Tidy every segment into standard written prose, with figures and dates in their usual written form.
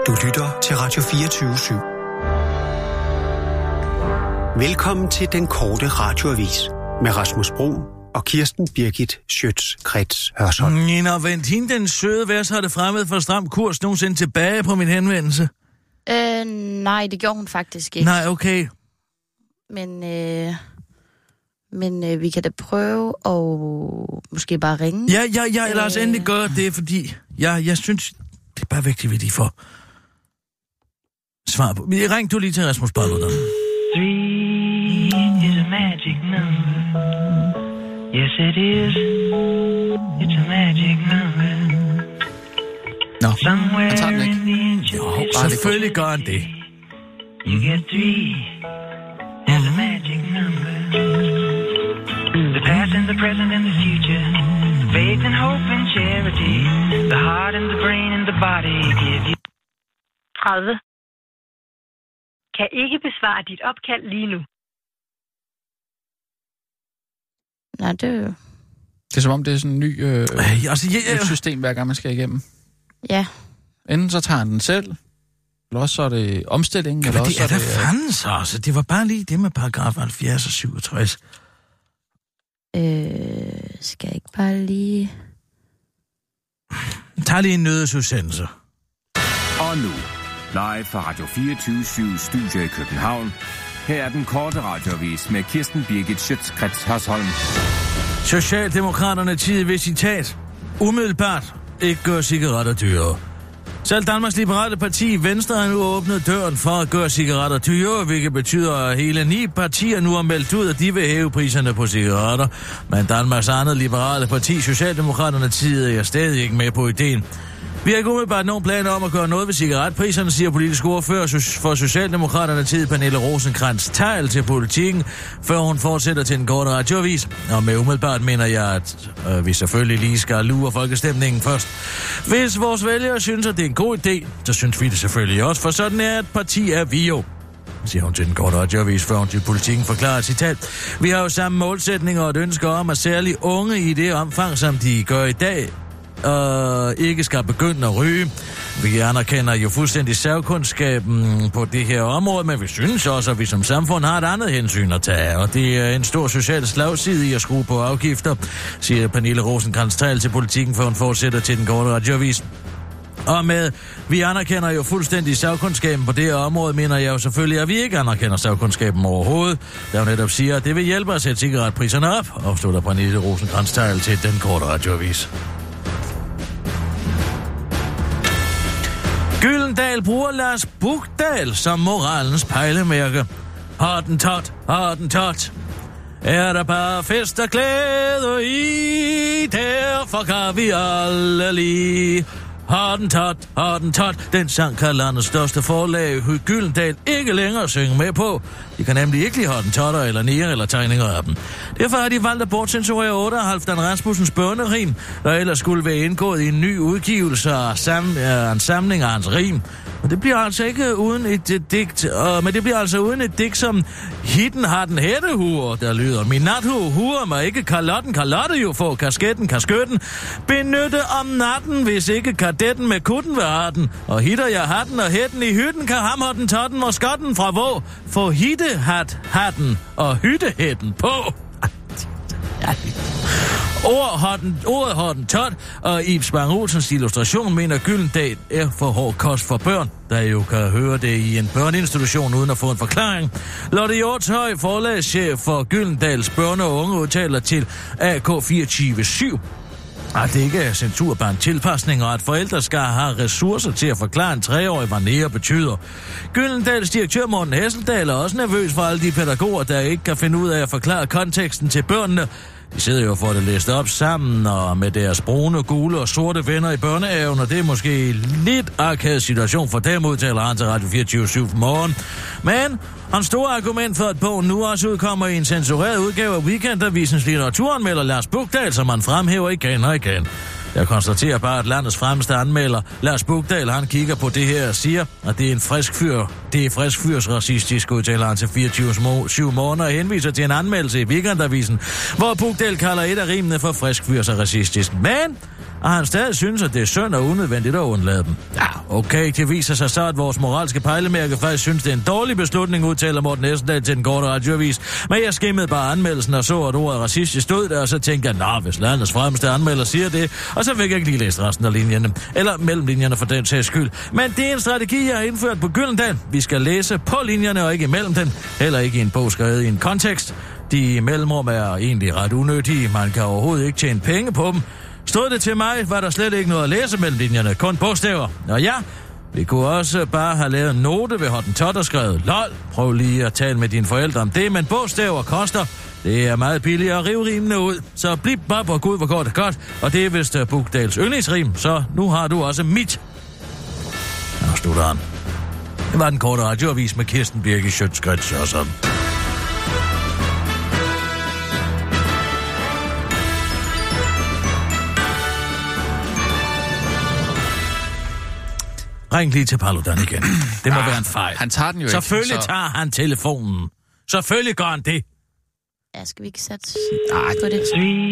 Du lytter til Radio 24/7. Velkommen til den korte radioavis med Rasmus Bruun og Kirsten Birgit Schøtz-Krets Hørsholm. Nina, vent hende den søde værs har det fremmed for stram kurs nogensinde tilbage på min henvendelse? Nej, det gjorde hun faktisk ikke. Nej, okay. Men vi kan da prøve at måske bare ringe. Ja, lad os endelig gøre det, fordi jeg synes, det er bare vigtigt, at vi lige får svar på. Ring du lige til Rasmus Paludan. 3 is a magic number. Yes, it is. It's a magic number. Nå, han tager den ikke. Jo, selvfølgelig gør han det. You get 3 as a magic number. The past and the present and the future. Faith and hope and charity. The heart and the brain and the body give you 30. Kan ikke besvare dit opkald lige nu. Nej, det er som om, det er sådan en ny nyt system, hver gang man skal igennem. Ja. Enten så tager han den selv, eller også så er det omstilling. Ja, eller det også er da fanden så. Altså, det var bare lige det med paragraf 70 og 67. Skal jeg ikke bare lige... Tag lige en nødesudsendelse. Og nu, live fra Radio 24/7 Studio i København. Her er den korte radioavis med Kirsten Birgit Schøtz-Krets Hørsholm. Socialdemokraterne tid ved citat. Umiddelbart ikke gør cigaretter dyrere. Selv Danmarks Liberale Parti, Venstre, har nu åbnet døren for at gøre cigaretter dyrere, hvilket betyder, at hele 9 partier nu har meldt ud, at de vil hæve priserne på cigaretter. Men Danmarks andet Liberale Parti, Socialdemokraterne, tid er stadig ikke med på ideen. Vi har ikke umiddelbart nogen planer om at gøre noget ved cigaretpriserne, siger politisk ordfører for Socialdemokraterne tid Pernille Rosenkrantz-Theil til Politikken, før hun fortsætter til den korte radioavis. Og med umiddelbart mener jeg, at vi selvfølgelig lige skal lure folkestemningen først. Hvis vores vælgere synes, at det er en god idé, så synes vi det selvfølgelig også, for sådan er et parti er vi jo, siger hun til den korte radioavis, før hun til Politikken forklarer et citat. Vi har jo samme målsætninger og et ønske om, at særligt unge i det omfang, som de gør i dag, ikke skal begynde at ryge. Vi anerkender jo fuldstændig sagkundskaben på det her område, men vi synes også, at vi som samfund har et andet hensyn at tage, og det er en stor social slagside i at skrue på afgifter, siger Pernille Rosenkrantz-Theil til Politikken, før hun fortsætter til den korte radioavis. Og med, vi anerkender jo fuldstændig sagkundskaben på det her område, mener jeg jo selvfølgelig, at vi ikke anerkender sagkundskaben overhovedet, der jo netop siger, at det vil hjælpe at sætte cigaretpriserne op, opstod der Pernille Rosenkrantz-Theil til den korte radioavis. Gyldendal bruger Lars Bukdal som moralens pejlemærke. Hottentot. Er der bare fest og glæde i, derfor kan vi alle lide. Hottentot. Den sang kan landets største forlag Gyldendal ikke længere synge med på. De kan nemlig ikke lide hottentotter eller nære eller tegninger af dem. Derfor har de valgt at bortcensurere 8 af Halfdan Rasmussens børnerim, der ellers skulle være indgået i en ny udgivelse af en samling af hans rim. Men det bliver altså ikke uden et digt, men det bliver altså uden et digt som Hitten har den hættehuer, der lyder: Min nathue huer mig ikke, kalotte jo få, kasketten, benytte om natten, hvis ikke kadetten med kutten ved arten. Og hitter jeg hatten og hætten i hytten, kan ham hottentotten og skotten fra våg få hatten og hyttehætten på. Ordet hottentot og Ib Spang Olsens illustration mener Gyldendal er for hård kost for børn, der jo kan høre det i en børneinstitution uden at få en forklaring. Lotte Hjortshøj, forlagschef for Gyldendals børne- og unge, udtaler til AK24/7, at det ikke er censur, bare en tilpasning, og at forældre skal have ressourcer til at forklare en 3-årig, hvad nære betyder. Gyldendals direktør Morten Hesseldal er også nervøs for alle de pædagoger, der ikke kan finde ud af at forklare konteksten til børnene. De sidder jo for at læse op sammen og med deres brune, gule og sorte venner i børnehaven, og det er måske lidt arkadet situation for dem, udtaler han til Radio 24/7 for morgen. Men hans store argument for, at bogen nu også udkommer i en censureret udgave af Weekendavisens litteraturanmelder Lars Bukdal, som han fremhæver igen og igen. Jeg konstaterer bare, at landets fremmeste anmelder, Lars Bukdal, han kigger på det her og siger, at det er en frisk fyr. Det er frisk fyrs racistisk, udtaler han til 24/7 måneder og henviser til en anmeldelse i Weekendavisen, hvor Bukdal kalder et af rimene for frisk fyrs racistisk. Men og han stadig synes, at det er synd og unødvendigt at undlade dem. Ja, okay, det viser sig så, at vores moralske pejlemærke faktisk synes, det er en dårlig beslutning, udtaler Morten Essendal til den korte radioavis. Men jeg skimmede bare anmeldelsen og så, at ordet racistisk stod der, og så tænkte jeg, hvis landets fremmeste anmelder siger det, og så fik jeg ikke lige læst resten af linjerne, eller mellem linjerne for den sags skyld. Men det er en strategi, jeg har indført på Gyldendal. Vi skal læse på linjerne og ikke imellem den, heller ikke i en bog skrevet i en kontekst. De mellemrum er egentlig ret unødige, man kan overhovedet ikke tjene penge på dem. Stod det til mig, var der slet ikke noget at læse mellem linjerne, kun bogstaver. Og ja, vi kunne også bare have lavet en note ved Hottentot og skrevet, lol, prøv lige at tale med dine forældre om det, men bogstaver koster. Det er meget billigere at rive rimene ud, så bliv bare på Gud, hvor går det godt. Og det er vist Bukdals yndlingsrim, så nu har du også mit. Nå, slutter han. Det var den korte radioavis med Kirsten Birgit Schøtz-Krets og sådan. Ring lige til Paludan igen. Det må være en fejl. Han tager den jo ikke. Selvfølgelig tager han telefonen. Selvfølgelig gør han det. Ja, skal vi ikke sætte på det?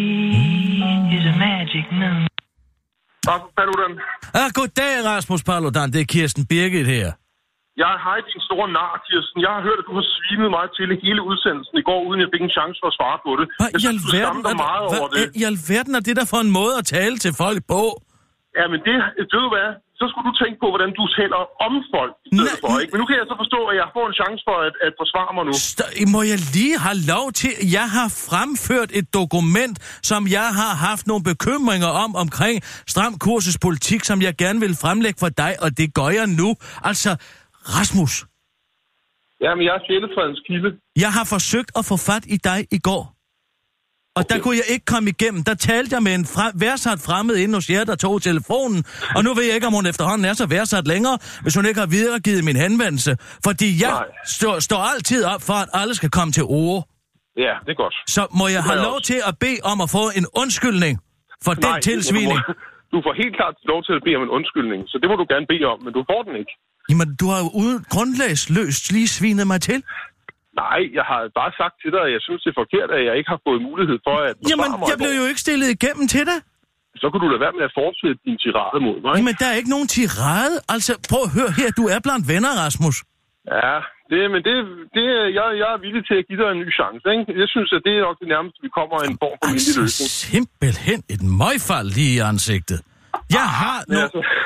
Rasmus Paludan. Goddag, Rasmus Paludan. Det er Kirsten Birgit her. Hej, din store nar, Kirsten. Jeg har hørt, at du har svinet mig til hele udsendelsen i går, uden jeg fik en chance for at svare på det. Hvad i alverden er det der for en måde at tale til folk på? Ja, men det, ved du hvad? Så skulle du tænke på, hvordan du taler om folk i stedet for, ikke? Men nu kan jeg så forstå, at jeg får en chance for at forsvare mig nu. Må jeg lige have lov til? Jeg har fremført et dokument, som jeg har haft nogle bekymringer omkring stram kursespolitik, som jeg gerne vil fremlægge for dig, og det gør jeg nu. Altså, Rasmus. Jamen, jeg er sjælefredens kilde. Jeg har forsøgt at få fat i dig i går. Og der kunne jeg ikke komme igennem. Der talte jeg med en værdsat fremmed inde hos jer, der tog telefonen. Og nu ved jeg ikke, om hun efterhånden er så værdsat længere, hvis hun ikke har videregivet min henvendelse. Fordi jeg står altid op for, at alle skal komme til ord. Ja, det er godt. Så må jeg have lov til at bede om at få en undskyldning for den tilsvining? Du får helt klart lov til at bede om en undskyldning, så det må du gerne bede om, men du får den ikke. Jamen, du har jo grundlagsløst lige svinet mig til. Nej, jeg har bare sagt til dig, at jeg synes, det er forkert, at jeg ikke har fået mulighed for at forsvare mig. Jamen, jeg blev jo ikke stillet igennem til dig. Så kunne du lade være med at fortsætte din tirade mod mig. Jamen, der er ikke nogen tirade. Altså, prøv at høre her, du er blandt venner, Rasmus. Ja, jeg er villig til at give dig en ny chance, ikke? Jeg synes, at det er nok det nærmeste, vi kommer en form for mindelig løsning. Simpelthen et møgfald lige i ansigtet. Jeg har nu...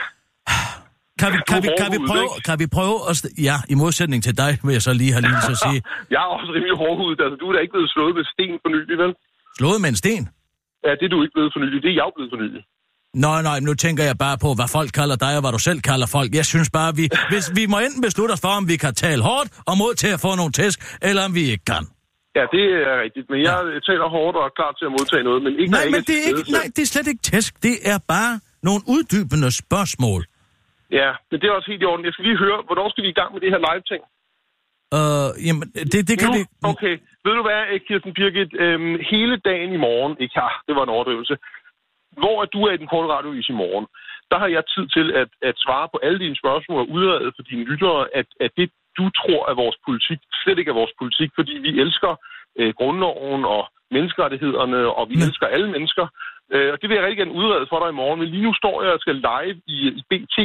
Kan vi prøve at... Ja, i modsætning til dig, vil jeg så lige have lige så sige. Jeg er også rimelig hårdhudet. Altså, du er da ikke blevet slået med sten for nylig, vel? Slået med en sten? Ja, det er du ikke blevet for nylig. Det er jeg blevet for nylig. Nej, nu tænker jeg bare på, hvad folk kalder dig, og hvad du selv kalder folk. Jeg synes bare, hvis vi må enten beslutte os for, om vi kan tale hårdt og mod til at få nogle tæsk, eller om vi ikke kan. Ja, det er rigtigt. Men jeg taler hårdt og er klar til at modtage noget, men ikke... Nej, det er slet ikke tæsk. Det er bare nogle uddybende spørgsmål. Ja, men det er også helt i orden. Jeg skal lige høre, hvornår skal vi i gang med det her live-ting? Jamen, det kan vi... Okay, ved du hvad, Kirsten Birgit? Hele dagen i morgen, ikke her, det var en overdrivelse, hvor du er i den korte radiovis i morgen, der har jeg tid til at svare på alle dine spørgsmål og udrede for dine lyttere, at det, du tror er vores politik, slet ikke er vores politik, fordi vi elsker grundloven og menneskerettighederne, og vi elsker alle mennesker. Og det vil jeg rigtig gerne udrede for dig i morgen, men lige nu står jeg og skal live i BT.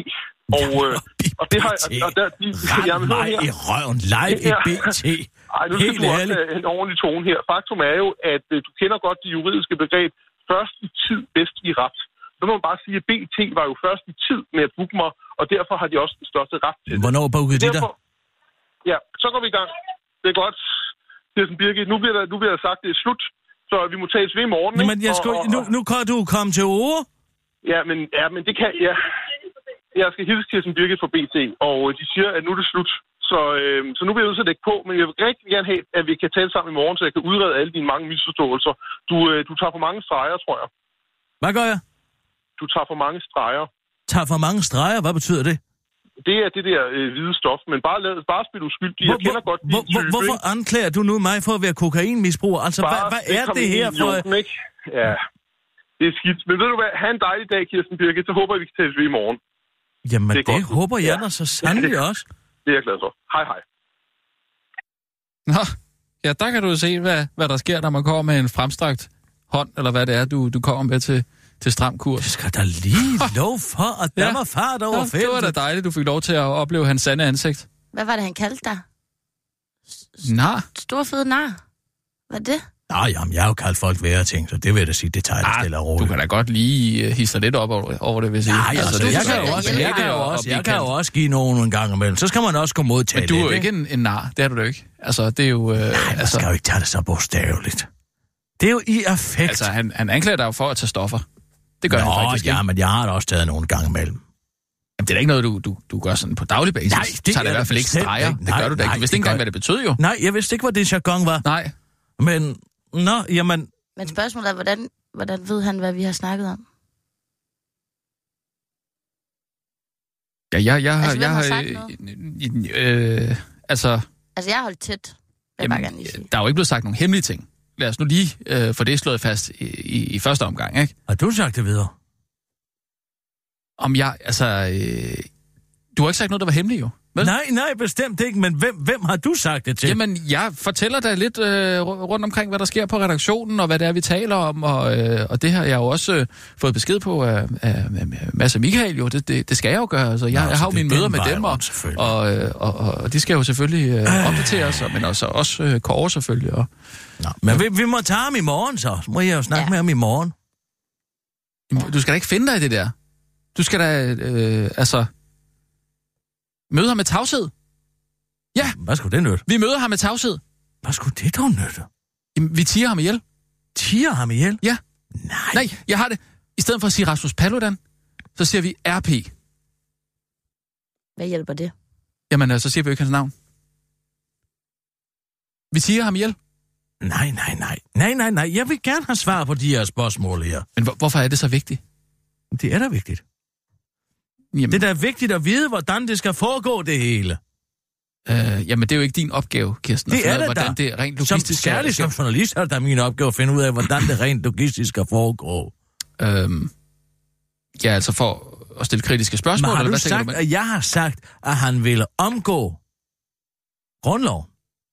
Og det har jeg... Nej, i røven, live i BT. Ej, nu skal du også have en ordentlig tone her. Faktum er jo, at du kender godt det juridiske begreb, først i tid, bedst i ret. Så må man bare sige, at BT var jo først i tid med at booke mig, og derfor har de også den største ret til det. Hvornår bookede de der? Ja, så går vi i gang. Det er godt. Kirsten Birgit, nu bliver der sagt, at det er slut. Så vi må tages ved i morgen, ikke? Men nu kan du komme til ord. Ja, men det kan... Ja. Jeg skal hilse Kirsten Birgit fra BT, og de siger, at nu er det slut. Så nu bliver jeg nødt til at lægge på, men jeg vil rigtig gerne have, at vi kan tale sammen i morgen, så jeg kan udrede alle dine mange misforståelser. Du tager for mange streger, tror jeg. Hvad gør jeg? Du tager for mange streger. Tager for mange streger? Hvad betyder det? Det er det der hvide stof, men bare spil uskyldig. Jeg kender godt din type. Hvorfor anklager du nu mig for at være kokainmisbruger? Altså, hvad er det her for... Ja, det er skidt. Men ved du hvad? Ha' en dejlig dag, Kirsten Birgit. Så håber jeg, vi kan tales ved i morgen. Jamen, det håber jeg da så sandelig også. Det er jeg glad for. Hej, hej. Nå, ja, der kan du se, hvad der sker, når man kommer med en fremstrakt hånd, eller hvad det er, du kommer med til stram kurs. Det skal da lige lov for, at der var fart over feltet. Det var da dejligt, du fik lov til at opleve hans sande ansigt. Hvad var det, han kaldte dig? Nar. Stor fed nar. Hvad er det? Nej, jamen, jeg har jo kaldt folk værre ting, så det vil jeg da sige, det tager jeg stille og roligt. Du kan da godt lige hisse lidt op over det, hvis jeg... Nej, altså, jeg kan jo også give nogen en gang imellem. Så skal man også gå modtage det. Men du er jo ikke en nar, det er du da ikke. Altså, det er jo... Nej, man skal jo ikke tage det så bogstaveligt. Det er jo i affekt. Altså, han anklager dig jo for at tage stoffer. Det gør han faktisk ikke. Ja, men jeg har da også taget nogen gang imellem. Jamen, det er da ikke noget, du gør sådan på daglig basis. Nej, det tager det i hvert fald ikke streger. Det gør du da ikke. Du vidste ikke engang, hvad det betød jo. Nej, jeg vidste ikke, hvad det jargon var. Nej. Men, jamen... Men spørgsmålet er, hvordan ved han, hvad vi har snakket om? Ja, jeg har... Altså, jeg har holdt tæt. Jamen, der er jo ikke blevet sagt nogen hemmelige ting. Lad os nu lige få det slået fast i første omgang, ikke? Har du sagt det videre? Om jeg, du har ikke sagt noget, der var hemmeligt, jo? Vel? Nej, bestemt ikke, men hvem har du sagt det til? Jamen, jeg fortæller dig lidt rundt omkring, hvad der sker på redaktionen, og hvad det er, vi taler om, og det har jeg jo også fået besked på af Mads og Michael, jo. Det skal jeg jo gøre. Altså, jeg har jo mine møder med dem, og de skal jo selvfølgelig opdateres, men også Kåre selvfølgelig. Men vi må tage ham i morgen, så må jeg jo snakke med ham i morgen. Du skal da ikke finde dig i det der. Du skal da, møde ham med tavshed. Ja. Hvad skulle det nytte? Vi møder ham med tavshed. Hvad skulle det dog nytte? Jamen, vi tiger ham ihjel. Tiger ham ihjel? Ja. Nej, jeg har det. I stedet for at sige Rasmus Paludan, så siger vi RP. Hvad hjælper det? Jamen, så siger vi ikke hans navn. Vi tiger ham ihjel. Nej. Jeg vil gerne have svar på de her spørgsmål her. Men hvorfor er det så vigtigt? Det er da vigtigt. Jamen. Det er da vigtigt at vide, hvordan det skal foregå, det hele. Jamen, det er jo ikke din opgave, Kirsten. Det er det hvordan det rent logistisk som journalist er det min opgave at finde ud af, hvordan det rent logistisk skal foregå. Ja, altså for at stille kritiske spørgsmål. Men har eller du sagt, at jeg har sagt, at han ville omgå grundlov?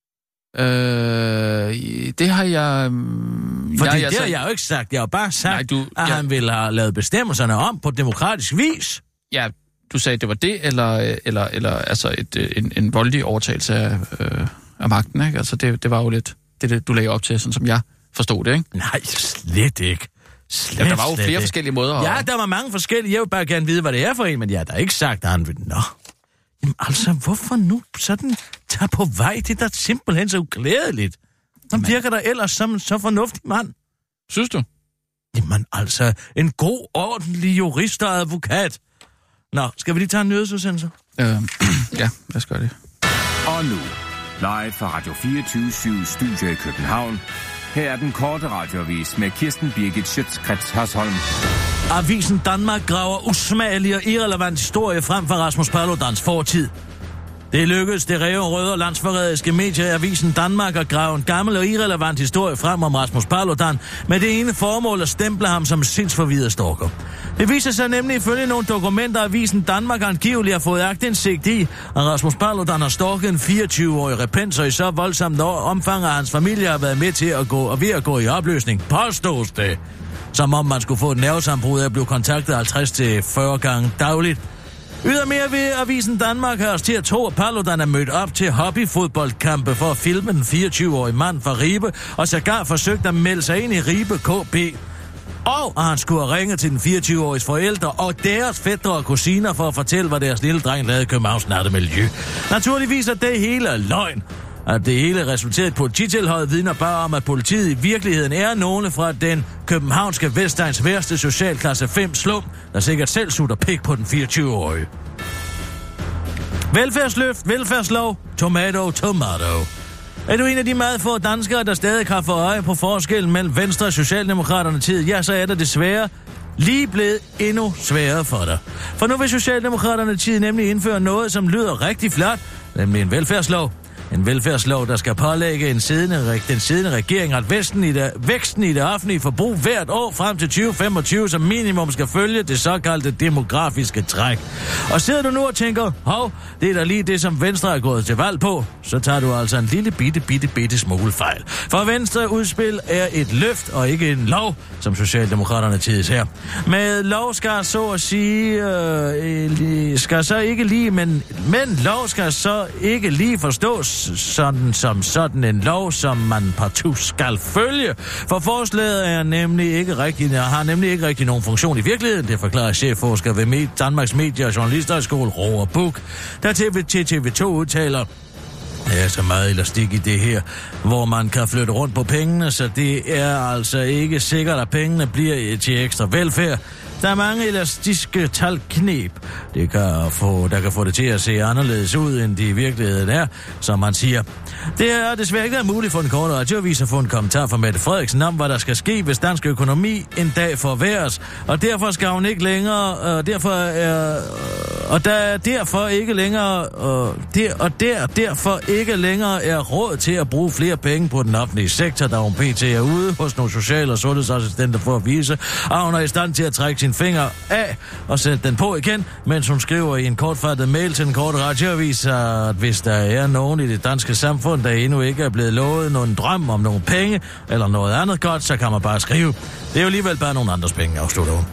Det har jeg... Fordi det har jeg jo ikke sagt. Jeg har bare sagt, at han ville have lavet bestemmelserne om på demokratisk vis. Ja, du sagde, det var det, eller altså en voldelig overtagelse af magten, ikke? Altså, det var jo lidt det, du lagde op til, sådan som jeg forstod det, ikke? Nej, slet ikke. Der var jo flere forskellige måder. Ja, der var mange forskellige. Jeg vil bare gerne vide, hvad det er for en, men jeg har da ikke sagt, at han vil... Nå. Jamen altså, hvorfor nu sådan tage på vej? Det er da simpelthen så uklædeligt. Han virker der ellers som en så fornuftig mand. Synes du? Jamen altså, en god, ordentlig jurist og advokat. Nå, skal vi lige tage en nyhedsudsendelse? Ja, lad os gøre det. Og nu, live fra Radio 24/7 Studio i København. Her er den korte radioavis med Kirsten Birgit Schøtz-Krets Hørsholm. Avisen Danmark graver usmagelig og irrelevant historie frem fra Rasmus Paludans fortid. Det lykkedes det ræve røde og landsforræderiske medier i Avisen Danmark at grave en gammel og irrelevant historie frem om Rasmus Paludan med det ene formål at stemple ham som sindsforvirret stalker. Det viser sig nemlig ifølge nogle dokumenter, at Avisen Danmark angiveligt har fået aktindsigt i, at Rasmus Paludan har stalket en 24-årig repenser i så voldsomt omfang, at hans familie har været med til at gå i opløsning. Påstås det. Som om man skulle få et nervesambrud af at blive kontaktet 50-40 gange dagligt. Ydermere ved Avisen Danmark har os til at tro, at Paludan er mødt op til hobbyfodboldkampe for at filme den 24-årige mand fra Ribe, og sågar forsøgt at melde sig ind i Ribe KB. Og at han skulle have ringet til den 24-åriges forældre og deres fætre og kusiner for at fortælle, hvad deres lille dreng lavede i Københavns nattemiljø. Naturligvis er det hele løgn. At det hele resulterede i et polititilhold vidner bare om, at politiet i virkeligheden er nogle fra den københavnske Vestegns værste socialklasse 5 slum, der sikkert selv sutter pik på den 24-årige. Velfærdsløft, velfærdslov, tomato. Er du en af de meget få danskere, der stadig kan få øje på forskellen mellem Venstre og Socialdemokraterne tid, ja, så er det desværre lige blevet endnu sværere for dig. For nu vil Socialdemokraterne tid nemlig indføre noget, som lyder rigtig flot, nemlig en velfærdslov. En velfærdslov, der skal pålægge den siddende regering, at væksten i det offentlige forbrug hvert år frem til 2025 som minimum skal følge det såkaldte demografiske træk. Og sidder du nu og tænker, hov, det er da lige det, som Venstre er gået til valg på, så tager du altså en lille bitte smule fejl. For Venstre udspil er et løft og ikke en lov, som Socialdemokraterne tids her. Med lov skal så at sige, men lov skal så ikke lige forstås sådan en lov, som man partout skal følge. For forslaget har nemlig ikke rigtig nogen funktion i virkeligheden, det forklarer chefforsker ved Danmarks Medie- og Journalisterskole, Roar Buch, der til TV2 udtaler: der er så meget elastik i det her, hvor man kan flytte rundt på pengene, så det er altså ikke sikkert, at pengene bliver til ekstra velfærd. Der er mange elastiske talkneb, der kan få det til at se anderledes ud, end det i virkeligheden er, som man siger. Det er desværre ikke muligt for en kort radioavis at få en kommentar fra Mette Frederiksen om, hvad der skal ske, hvis dansk økonomi en dag forværres, og derfor skal hun ikke længere, derfor ikke længere er råd til at bruge flere penge på den offentlige sektor, da hun pt. Er ude hos nogle social- og sundhedsassistenter for at vise, at hun er i stand til at trække sin finger af og sætte den på igen, mens hun skriver i en kortfattet mail til en kort radioavis, at hvis der er nogen i det danske samfund, der endnu ikke er blevet lovet nogen drøm om nogle penge eller noget andet godt, så kan man bare skrive. Det er jo alligevel bare nogle andres penge, afslutter hun.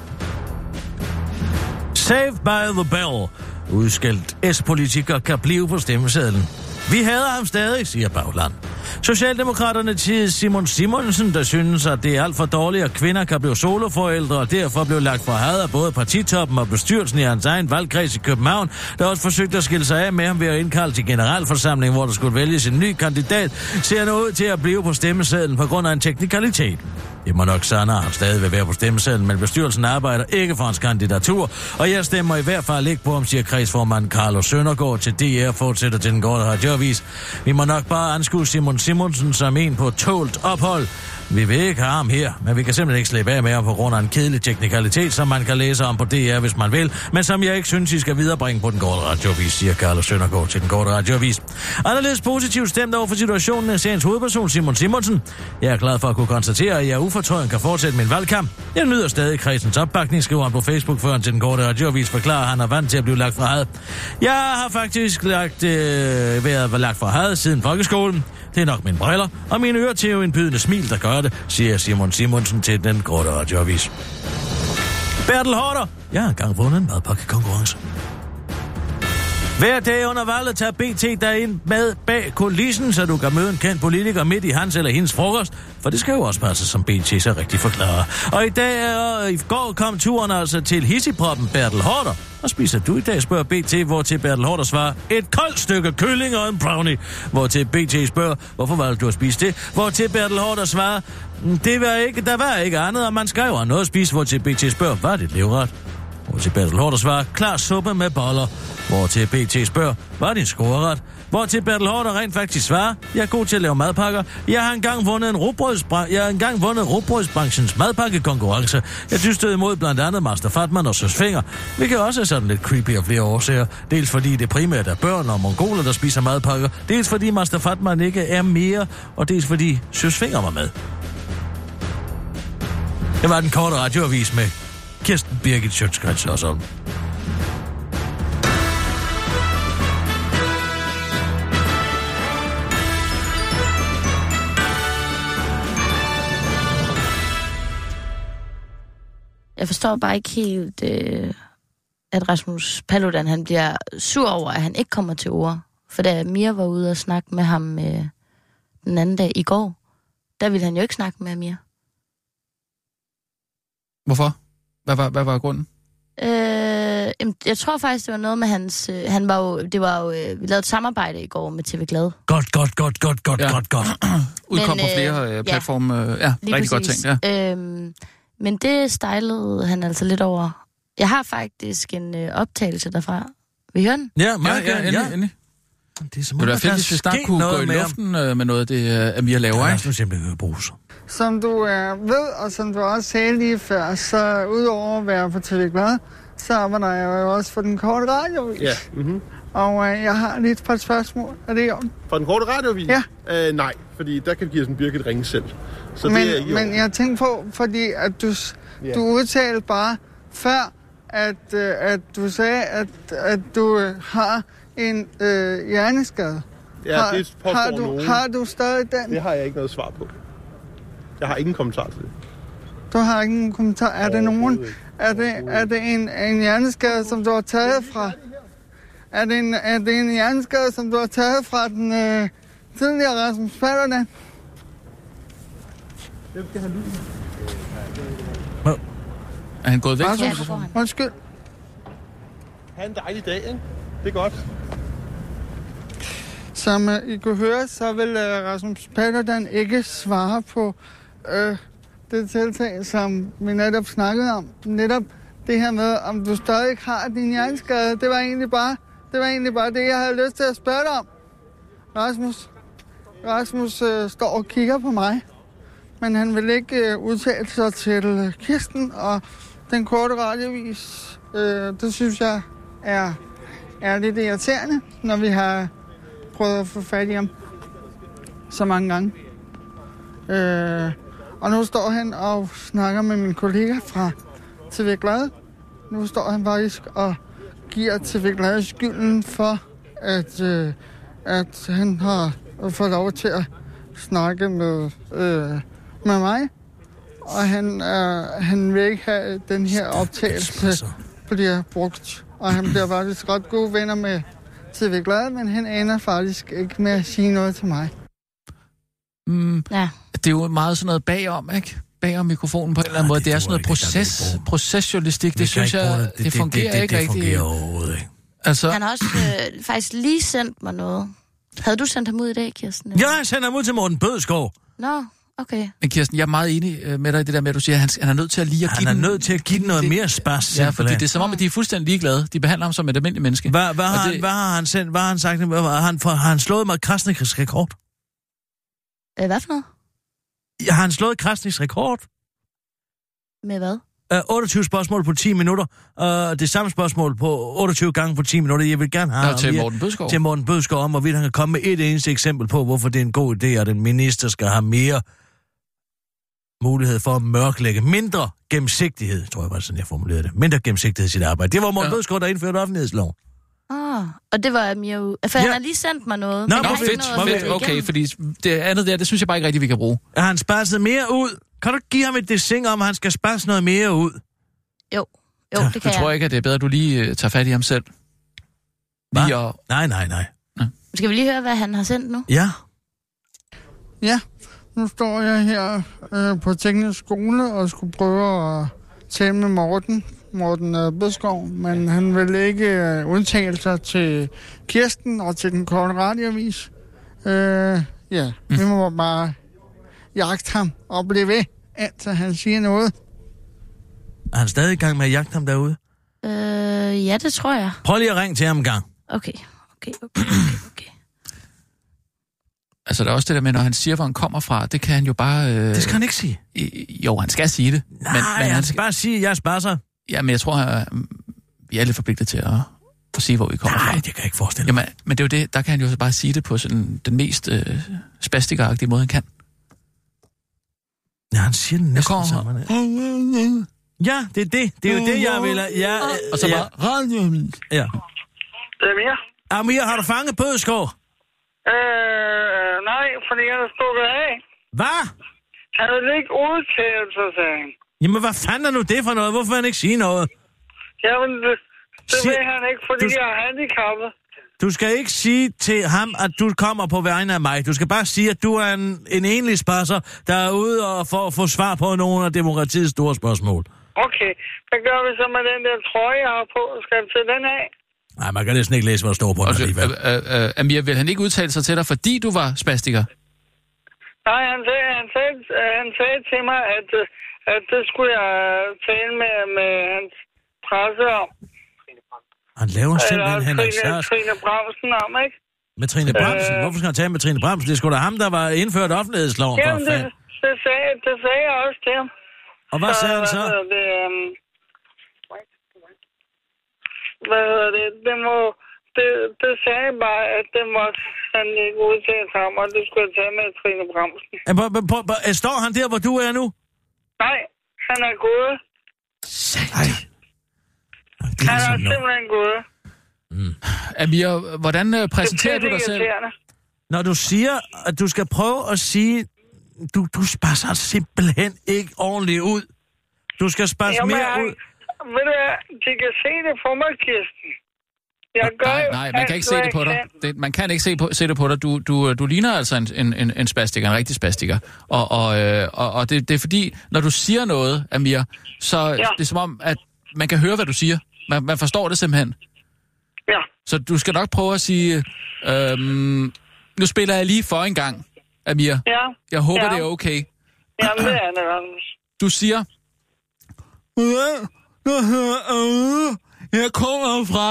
Saved by the bell. Udskældt S-politiker kan blive på stemmesedlen. Vi hader ham stadig, siger Bagland. Socialdemokraterne til Simon Simonsen, der synes, at det er alt for dårligt, at kvinder kan blive soloforældre, og derfor blev lagt for had af både partitoppen og bestyrelsen i hans egen valgkreds i København, der også forsøgte at skille sig af med ham ved at indkalde til generalforsamling, hvor der skulle vælges en ny kandidat, ser nu ud til at blive på stemmesedlen på grund af en teknikalitet. Det må nok sande, at han stadig vil være på stemmesedlen, men bestyrelsen arbejder ikke for hans kandidatur, og jeg stemmer i hvert fald ikke på ham, siger kredsformand Carlos Søndergaard til DR, fortsætter til den korte radioavis. Vi må nok bare anskue Simon Simonsen som en på tålt ophold. Vi vil ikke have ham her, men vi kan simpelthen ikke slippe af med ham på grund af en kedelig teknikalitet, som man kan læse om på DR, hvis man vil, men som jeg ikke synes, I skal viderebringe på den korte radioavis, siger Carlos Søndergaard til den korte radioavis. Anderledes positivt stemt over for situationen af seriens hovedperson Simon Simonsen. Jeg er glad for at kunne konstatere, at jeg ufortrødent kan fortsætte min valgkamp. Jeg nyder stadig kredsens opbakning, skriver han på Facebook, før han til den korte radioavis forklarer, at han er vant til at blive lagt fra had. Jeg har faktisk været lagt fra had siden folkeskolen. Det er nok mine briller og mine ører til en bydende smil, der gør det, siger Simon Simonsen til den korte radioavis. Bertel Haarder. Jeg har engang vundet en madpakkekonkurrence. Hver dag under valget tager BT dig ind med bag kulissen, så du kan møde en kendt politiker midt i hans eller hendes frokost, for det skal jo også passe, som BT så rigtig forklarer. Og i går kom turen altså til hissigproppen Bertel Haarder. Hvad spiser du i dag, spørger BT, hvor til Bertel Haarder svarer, et koldt stykke kylling og en brownie. Hvor til BT spørger, hvorfor valgte du at spise det? Hvor til Bertel Haarder svarer, der var ikke andet, og man skal jo have noget at spise. Hvor til BT spørger, hvad er dit livret? Hvor til Bertel Haarder svarer, klar suppe med boller. Hvor til BT spørger, hvad er din scoreret? Hvor til Bertel Haarder rent faktisk svarer, jeg er god til at lave madpakker. Jeg har engang vundet rugbrødsbranchens madpakkekonkurrence. Jeg dystede imod blandt andet Master Fatman og Søs Finger. Vi kan også have sådan lidt creepy af flere årsager. Dels fordi det primært er børn og mongoler, der spiser madpakker. Dels fordi Master Fatman ikke er mere. Og dels fordi Søs Finger var med. Det var den korte radioavis med Kirsten Birgit Schøtz-Krets og sådan. Jeg forstår bare ikke helt, at Rasmus Paludan, han bliver sur over, at han ikke kommer til ord. For da Amir var ude og snakke med ham den anden dag i går, der ville han jo ikke snakke med Amir. Hvorfor? Hvad var grunden? Jeg tror faktisk, det var noget med hans... vi lavede et samarbejde i går med TV Glad. Godt. Udkom på flere platforme. Ja, rigtig godt tænkt, ja. Men det stylede han altså lidt over. Jeg har faktisk en optagelse derfra. Vil I høre den? Ja, meget gerne. Endelig. Det er som om, hvis vi snart kunne gå i luften med noget af det, Amir laver, ikke? Lad os nu simpelthen bruges. Som du ved, og som du også sagde lige før, så udover at være på TV Glad, så arbejder jeg jo også for den korte radioavis. Ja. Mm-hmm. Og jeg har lige et par spørgsmål. Er det i orden? For den korte radioavis? Ja. Nej, fordi der kan Kirsten Birgit ringe selv. Så Men, det er ikke men jeg tænker på, fordi at du udtalte bare før, at du sagde, at du har en hjerneskade. Ja, det påstår nogen. Har du stadig den? Det har jeg ikke noget svar på. Jeg har ingen kommentar til det. Du har ingen kommentar. Er det nogen? Er det en hjerneskade, som du har taget fra? Er det en hjerneskade, som du har taget fra den tidligere Rasmus Paludan? Hvem skal have lyden? Er han gået væk? Undskyld. Ha' en dejlig dag, ikke? Det er godt. Som I kunne høre, så vil Rasmus Paludan ikke svare på det tiltag, som vi netop snakkede om. Netop det her med, om du stadig har din hjerneskade. Det var egentlig bare det, jeg havde lyst til at spørge dig om. Rasmus står og kigger på mig, men han vil ikke udtale sig til Kirsten og den korte radioavis. Det synes jeg er lidt irriterende, når vi har prøvet at få fat i ham så mange gange. Og nu står han og snakker med min kollega fra TV Glad. Nu står han faktisk og giver TV Glad skylden for, at han har fået lov til at snakke med mig. Og han vil ikke have den her optagelse bliver brugt. Og han bliver faktisk ret gode venner med TV Glad, men han ender faktisk ikke med at sige noget til mig. Ja. Det er jo meget sådan noget bagom, ikke? Bagom mikrofonen på en eller anden måde. Det er sådan noget procesjournalistik. Det synes jeg, det fungerer ikke rigtigt. Det fungerer overhovedet ikke. Altså, Han har også faktisk lige sendt mig noget. Havde du sendt ham ud i dag, Kirsten? Ja, jeg sender ham ud til Morten Bødskov. Nå, okay. men Kirsten, jeg er meget enig med dig i det der med, at du siger, at han er nødt til at lige at give Han er nødt til at give den noget mere spas. Ja, fordi det er som om, at de er fuldstændig ligeglade. De behandler ham som et almindeligt menneske. Hvad har han sendt? Hvad har han sagt? Har han slået mig Krasniks rekord? Hvad for noget? Ja, har han slået Krasniks rekord? Med hvad? 28 spørgsmål på 10 minutter. Det samme spørgsmål på 28 gange på 10 minutter. Jeg vil gerne have til Morten Bødskov. Til Morten Bødskov om, hvorvidt han kan komme med et eneste eksempel på, hvorfor det er en god idé, at en minister skal have mere mulighed for at mørklægge. Mindre gennemsigtighed, tror jeg var sådan, jeg formulerede det. Mindre gennemsigtighed i sit arbejde. Det var Morten Bødskov, der indførte offentlighedsloven. Og det var Amir. For han har lige sendt mig noget. Nå, fedt. Okay, fordi det andet der, det synes jeg bare ikke rigtigt, vi kan bruge. Har han spasset mere ud? Kan du give ham et dessing om, at han skal spasse noget mere ud? Jo, det kan jeg. Du tror ikke, at det er bedre, at du lige tager fat i ham selv? Nej. Skal vi lige høre, hvad han har sendt nu? Ja. Ja, nu står jeg her på teknisk skole og skulle prøve at tale med Morten Bødskov, men han vil ikke udtale sig til Kirsten og til den korte radioavis. Vi må bare jagte ham og blive ved, indtil han siger noget. Er han stadig i gang med at jagte ham derude? Ja, det tror jeg. Prøv lige at ringe til ham en gang. Okay. Altså, der er også det der med, når han siger, hvor han kommer fra, det kan han jo bare... Det skal han ikke sige. Jo, han skal sige det. Nej, men han skal bare sige, at jeg spasser. Ja, men jeg tror, vi er lidt forpligtet til at sige, hvor vi kommer fra. Nej, det kan jeg ikke forestille mig. Jamen, men det er jo det, der kan han jo så bare sige det på sådan den mest spastikagtige måde, han kan. Ja, han siger det næsten sammen. Ja, det er det. Det er jo det, jeg vil. Ja, og så bare... Ja. Det er mere. Amir, har du fanget Bødskov? Nej, fordi jeg er stukket af. Hvad? Han vil ikke udtale sig, sagde han. Jamen, hvad fanden er nu det for noget? Hvorfor vil han ikke sige noget? Jamen, det vil han ikke, fordi jeg er handicappet. Du skal ikke sige til ham, at du kommer på vegne af mig. Du skal bare sige, at du er en enlig spasser, der er ude og for at få svar på nogle af demokratiets store spørgsmål. Okay, hvad gør vi så med den der trøje, jeg har på? Skal jeg tage den af? Nej, man kan næsten ikke læse, hvad der står på den alligevel. Amir, vil han ikke udtale sig til dig, fordi du var spastiker? Nej, han sagde til mig, at det skulle jeg tale med hans presse om. Han laver simpelthen Henrik Sørs. Trine Bramsen om, ikke? Med Trine Bramsen? Hvorfor skal han tale med Trine Bramsen? Det er sgu da ham, der var indført offentlighedsloven. Jamen, det sagde jeg også til ham. Og hvad sagde han så? Hvad hedder det? det sagde bare, at det måtte han ikke udtale sig om, og det skulle jeg tage med Trine Bramsen. Står han der, hvor du er nu? Nej, han er gået. Nej. Han er simpelthen gået. Amir, hvordan præsenterer du dig selv? Når du siger, at du skal prøve at sige, du spasser simpelthen ikke ordentligt ud. Du skal spasse mere ud. Ved du hvad, de kan se det for mig, Kirsten. Nej, man kan ikke se det på dig. Man kan ikke se det på dig. Du ligner altså en spastiker, en rigtig spastiker. Og det er fordi, når du siger noget, Amir, så det er som om, at man kan høre, hvad du siger. Man forstår det simpelthen. Ja. Så du skal nok prøve at sige, nu spiller jeg lige for en gang, Amir. Ja. Jeg håber, det er okay. Jamen, det er det, Rasmus. Du siger, jeg kommer fra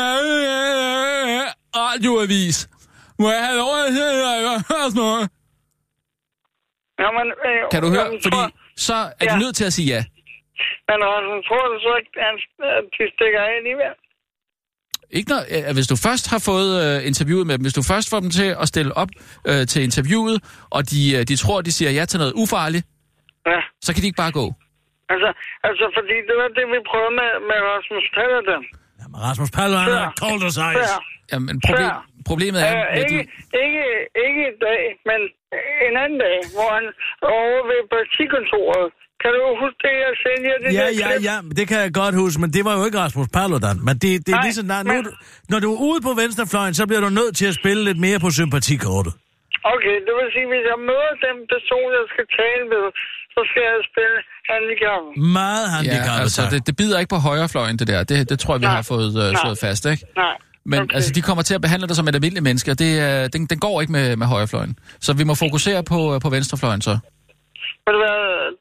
radioavis. Må jeg have lov at høre noget? Jamen, kan du høre? Fordi så er de nødt til at sige ja. Men Rasmus, tror du så ikke, at de stikker af alligevel? Ikke når, hvis du først har fået interviewet med dem, hvis du først får dem til at stille op til interviewet, og de tror, de siger ja til noget ufarligt, så kan de ikke bare gå. Altså, fordi det var det, vi prøvede med Rasmus Paludan. Jamen, Rasmus Paludan er cold as ice. Jamen, problemet er... Ikke i dag, men en anden dag, hvor han over ved partikontoret. Kan du huske det, jeg sendte? Ja, det kan jeg godt huske, men det var jo ikke Rasmus Paludan. Men det er lige sådan, når du er ude på venstrefløjen, så bliver du nødt til at spille lidt mere på sympatikortet. Okay, det vil sige, hvis jeg møder den person, jeg skal tale med, så skal jeg spille handicappet. Meget handicappet, ja, altså, det bider ikke på højrefløjen, det der. Det tror jeg, vi har fået slået fast, ikke? Nej. Men altså, de kommer til at behandle dig som et almindeligt menneske, og den går ikke med højrefløjen. Så vi må fokusere på venstrefløjen, så. Ved du hvad,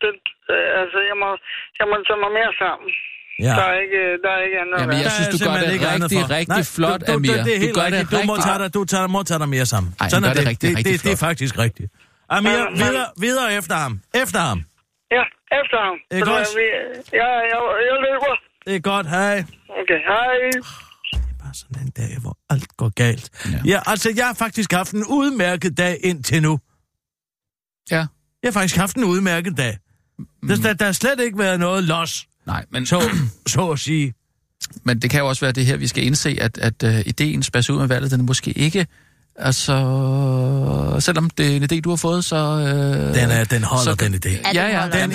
jeg må tage mig mere sammen. Ja. Der er ikke andet. Jamen, jeg synes, du gør det rigtig flot, Amir. Det er helt rigtigt. Du må tage dig mere sammen. Ej, sådan er det. Rigtig det er faktisk rigtigt. Amir, videre efter ham. Efter ham. Ja, efter ham. Det er godt. Jeg løber. Det er godt, hej. Okay, hej. Det er bare sådan en dag, hvor alt går galt. Ja, altså, jeg har faktisk haft en udmærket dag indtil nu. Ja. Jeg har faktisk haft en udmærket dag. Der har slet ikke været noget los. Nej, men... Så at sige. Men det kan jo også være det her, vi skal indse, at ideen spasser ud med valget, den er måske ikke... Altså, selvom det er en idé, du har fået, så... Den holder, den idé. Ja, den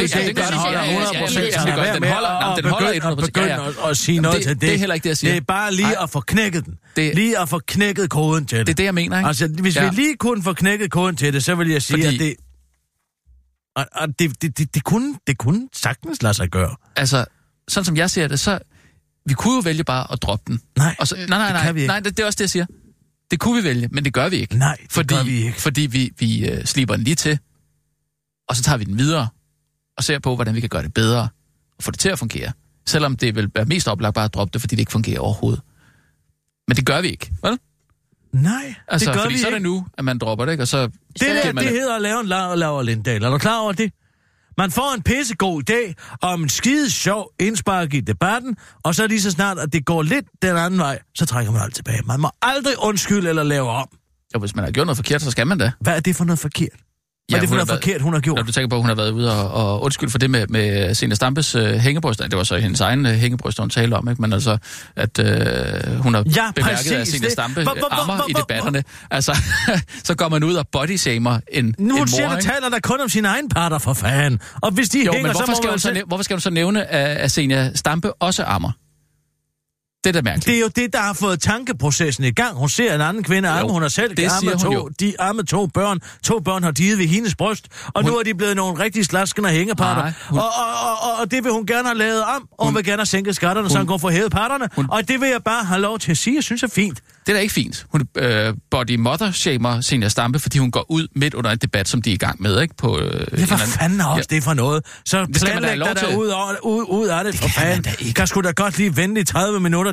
holder 100%. Begynd at sige noget til det. Det er heller ikke det, jeg siger. Det er bare lige at få knækket den. Lige at få knækket koden til det. Det er det, jeg mener, ikke? Altså, hvis vi lige kunne få knækket koden til det, så vil jeg sige, at det... Og det kunne sagtens lade sig gøre. Altså, sådan som jeg ser det, så... Vi kunne jo vælge bare at droppe den. Nej, nej, det er også det, jeg siger. Det kunne vi vælge, men det gør vi ikke. Nej, det gør vi ikke. Fordi vi slipper den lige til, og så tager vi den videre, og ser på, hvordan vi kan gøre det bedre, og få det til at fungere. Selvom det vil være mest oplagt bare at droppe det, fordi det ikke fungerer overhovedet. Men det gør vi ikke, vel? Nej, altså, det gør fordi vi så er ikke. det nu, at man dropper det, ikke? Og så... Det hedder at lave en Laura Lindahl. Er du klar over det? Man får en pissegod idé om en skide sjov indspark i debatten, og så lige så snart, at det går lidt den anden vej, så trækker man alt tilbage. Man må aldrig undskylde eller lave om. Jo, hvis man har gjort noget forkert, så skal man da. Hvad er det for noget forkert? Hvad er det for noget forkert, hun har gjort? Når du tænker på, at hun har været ude og undskylde for det med Zenia Stampes hængebryst. Det var så hendes egen hængebryst, hun talte om, ikke? Men altså, at hun har bemærket, at Zenia Stampe ammer i debatterne. Altså, så går man ud og bodyshamer en mor, siger, taler der kun om sine egne parter, for fanden. Og hvis de hænger, hvorfor skal hun så nævne, at Zenia Stampe også ammer? Det er da mærkeligt. Det er jo det, der har fået tankeprocessen i gang. Hun ser en anden kvinde amme, hun har selv ammet to børn. 2 børn har diget ved hendes bryst, og nu er de blevet nogle rigtig slaskende hængeparter. Og det vil hun gerne have lavet om, og hun vil gerne have sænket skatterne, så hun går for hævet parterne. Og det vil jeg bare have lov til at sige, jeg synes er fint. Det er da ikke fint. Hun body mother-shamer Zenia Stampe, fordi hun går ud midt under en debat, som de er i gang med, ikke? På, hvad fanden er også det for noget? Så planlæg der ud af det, for fanden. Der skulle da godt lige vente i 30 minutter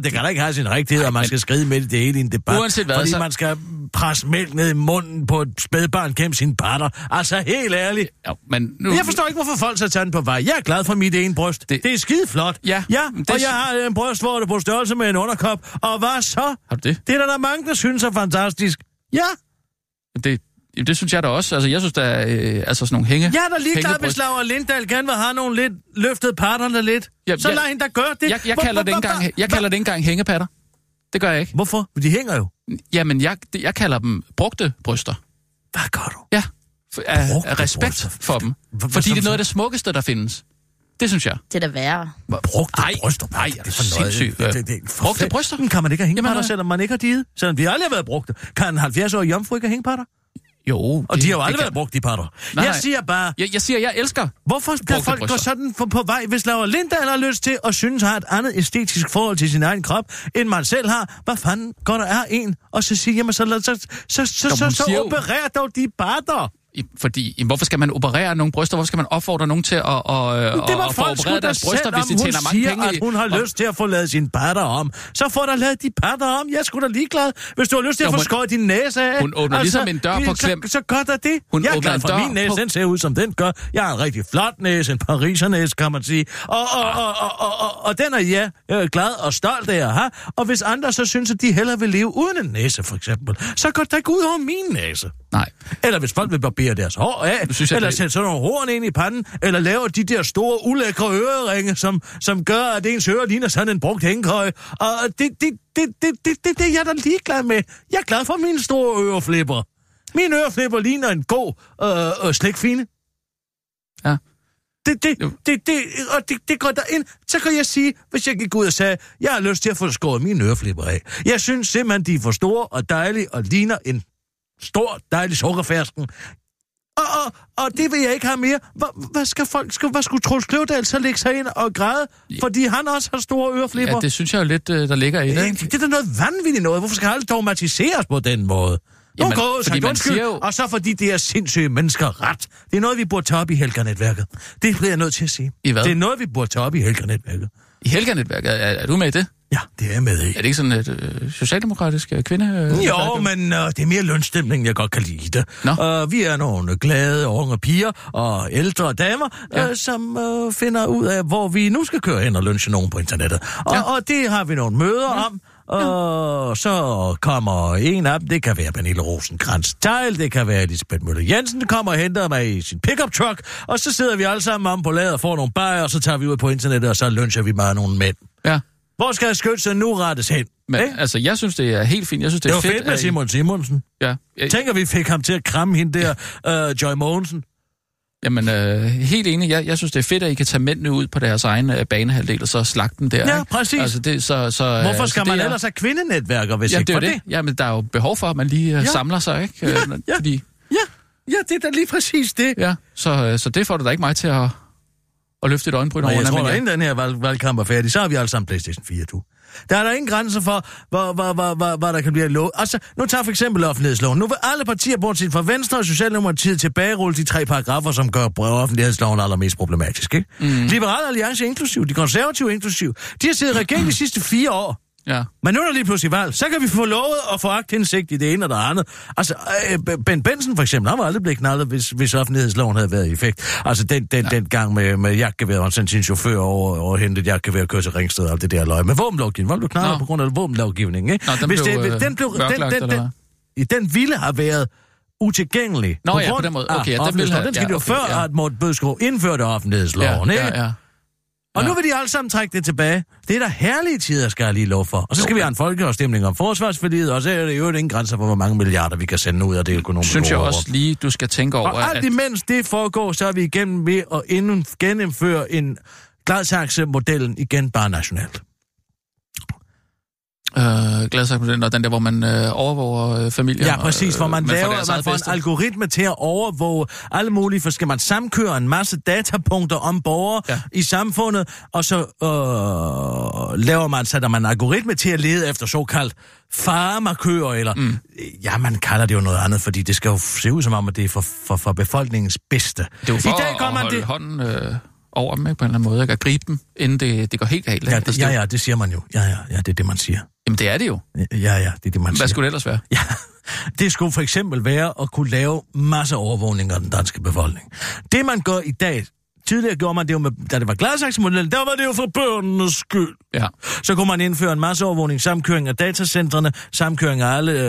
det kan da ikke have sin rigtighed, og man skal skride midt i det hele i en debat. Uanset hvad, fordi så... man skal presse mælk ned i munden på et spædbarn gennem sine patter. Altså, helt ærligt. Ja, men nu... Jeg forstår ikke, hvorfor folk så tager den på vej. Jeg er glad for mit ene bryst. Det er skide flot. Ja, og jeg har en bryst, hvor det er på størrelse med en underkop. Og hvad så? Har du det? Det er der mange, der synes er fantastisk. Ja. Det synes jeg da også. Altså, jeg synes, der er altså sådan nogle hænge... Jeg er da lige glad, hvis Laura Lindahl gerne vil have nogle lidt løftede patterne lidt. Så lad hende da gøre det. Jeg kalder det ikke engang hængepatter. Det gør jeg ikke. Hvorfor? De hænger jo. Jamen, jeg kalder dem brugte bryster. Hvad gør du? Ja, af respekt for dem. Fordi det er noget af det smukkeste, der findes. Det synes jeg. Det er da værre. Brugte bryster? Nej, det er for sindssygt. Brugte bryster? Kan man ikke have hængepatter, selvom man ikke har diget? Selvom de aldrig har været brugte. Kan en 70-årig jomfru ikke have hængepatter? Jo. Og de har jo aldrig været brugt, de patter. Jeg siger bare... Jeg siger, jeg elsker. Hvorfor skal folk gå sådan på vej, hvis Laura Lindahl har lyst til og synes har et andet æstetisk forhold til sin egen krop, end man selv har? Hvad fanden går der er en? Og så siger jamen, så operer dog de patter. Fordi, hvorfor skal man operere nogle bryster? Hvorfor skal man opfordre nogen til at få opereret deres bryster, hvis de tjener mange penge? At hun har lyst til at få lavet sine patter om. Så får der lavet de patter om. Jeg er sgu da ligeglad. Hvis du har lyst til at få skåret din næse af. Hun åbner ligesom en dør på klem. Så gør der det. Jeg er glad for min næse. Den ser ud, som den gør. Jeg har en rigtig flot næse. En parisernæse, kan man sige. Og den er jeg glad og stolt af at have. Og hvis andre så synes, at de hellere vil leve uden en næse, for eksempel, så går det ikke ud over min næse. Nej. Eller hvis folk vil barbere deres hår af, eller sætte sådan nogle horn ind i panden, eller lave de der store, ulækre øreringe, som gør, at ens øre ligner sådan en brugt hængekøj. Og det er jeg da ligeglad med. Jeg er glad for mine store øreflipper. Mine øreflipper ligner en god slikfine. Ja. Det går derind. Så kan jeg sige, hvis jeg gik ud og sagde, jeg har lyst til at få skåret mine øreflipper af. Jeg synes simpelthen, de er for store og dejlige og ligner en stor, dejlig sukkerfærsken. Og det vil jeg ikke have mere. Hvad skulle Troels Kløvedal så lægge sig ind og græde? Fordi han også har store øreflipper. Ja, det synes jeg jo lidt, der ligger i det. Det er da noget vanvittigt noget. Hvorfor skal alt dogmatiseres på den måde? Jamen, fordi man siger jo... Og så fordi det er sindssyge mennesker ret. Det er noget, vi burde tage op i Helga-netværket. Det bliver jeg nødt til at sige. I hvad? Det er noget, vi burde tage op i Helga-netværket. I Helga-netværket? Er du med i det? Ja, det er jeg med i. Er det ikke sådan et socialdemokratisk kvinde? Jo, men det er mere lønstemning, jeg godt kan lide det. Vi er nogle glade unge piger og ældre damer, som finder ud af, hvor vi nu skal køre hen og lønse nogen på internettet. Og det har vi nogle møder om. Og så kommer en af dem, det kan være Pernille Rosenkrantz-Theil, det kan være Elisabeth Møller Jensen, der kommer og henter mig i sin pickup truck, og så sidder vi alle sammen om på ladet og får nogle bajer, og så tager vi ud på internettet, og så lønser vi bare nogle mænd. Ja. Hvor skal skytset nu rettes hen? Men, altså, jeg synes, det er helt fint. Jeg synes, det er fedt med Simon Simonsen. Ja. Tænker, vi fik ham til at kramme hende der, Joy Mogensen. Jamen, helt enig. Jeg synes, det er fedt, at I kan tage mændene ud på deres egen banehalvdel, og så slagte dem der. Ja, præcis. Altså, hvorfor skal man ellers have kvindenetværker, hvis ikke for det? Jamen, der er jo behov for, at man lige samler sig, ikke? Fordi... Ja, det er da lige præcis det. Ja, så det får du da ikke mig til at løfte et øjenbryn over. Jeg tror, at inden den her valgkamp er færdig, så har vi alle sammen PlayStation 4, du. Der er der ingen grænser for, hvad der kan blive lov. Altså, nu tager for eksempel offentlighedsloven. Nu vil alle partier, bortset fra Venstre og Socialdemokratiet, tilbagerulle de 3 paragrafer, som gør offentlighedsloven allermest problematisk, ikke? Liberale Alliance inklusiv, de konservative inklusiv. De har siddet i regeringen de sidste 4 år. Ja. Men nu er der lige pludselig valg. Så kan vi få lovet at få aktindsigt i det ene og det andet. Altså, Ben Benson for eksempel, han var aldrig blevet knaldet, hvis offentlighedsloven havde været i effekt. Altså, den gang med jagtgevær, og sendt sin chauffør over hentet jagtgevær og køre til Ringsted og alt det der løg. Men våbenlovgivningen, var du knaldet på grund af våbenlovgivningen, ikke? Den ville have været utilgængelig. Nå ja, på den måde. Okay, den skal jo før, at Morten Bødskov indførte offentlighedsloven, ikke? Ja. Og nu vil de alle sammen trække det tilbage. Det er der herlige tider, skal jeg lige lov for. Og så skal vi have en folkeafstemning om forsvarsforliget, og så er det jo ingen grænser for, hvor mange milliarder vi kan sende ud af det økonomiske. Synes jeg også lige, du skal tænke over. Og alt imens det foregår, så er vi igen ved at gennemføre en Gladsaxe-modellen igen bare nationalt. Gladsaxe-modellen, og den der, hvor man overvåger familier. Ja, præcis, hvor man får en algoritme til at overvåge alle mulige, for skal man samkøre en masse datapunkter om borgere i samfundet, og så sætter man en algoritme til at lede efter såkaldt faremarkører, eller ja, man kalder det jo noget andet, fordi det skal jo se ud som om, at det er for befolkningens bedste. Det er jo for at holde hånden over dem, ikke, på en eller anden måde, ikke? At gribe dem, inden det går helt galt. Ja, det siger man jo. Ja, det er det, man siger. Jamen, det er det jo. Ja, det er det, man siger. Hvad skulle det ellers være? Ja, det skulle for eksempel være at kunne lave masser af overvågning af den danske befolkning. Det, man gør i dag, tidligere gjorde man det jo med, da det var Gladsaxe-modellen, der var det jo for børnenes skyld. Ja. Så kunne man indføre en masse overvågning, samkøring af datacentrene, samkøring af alle,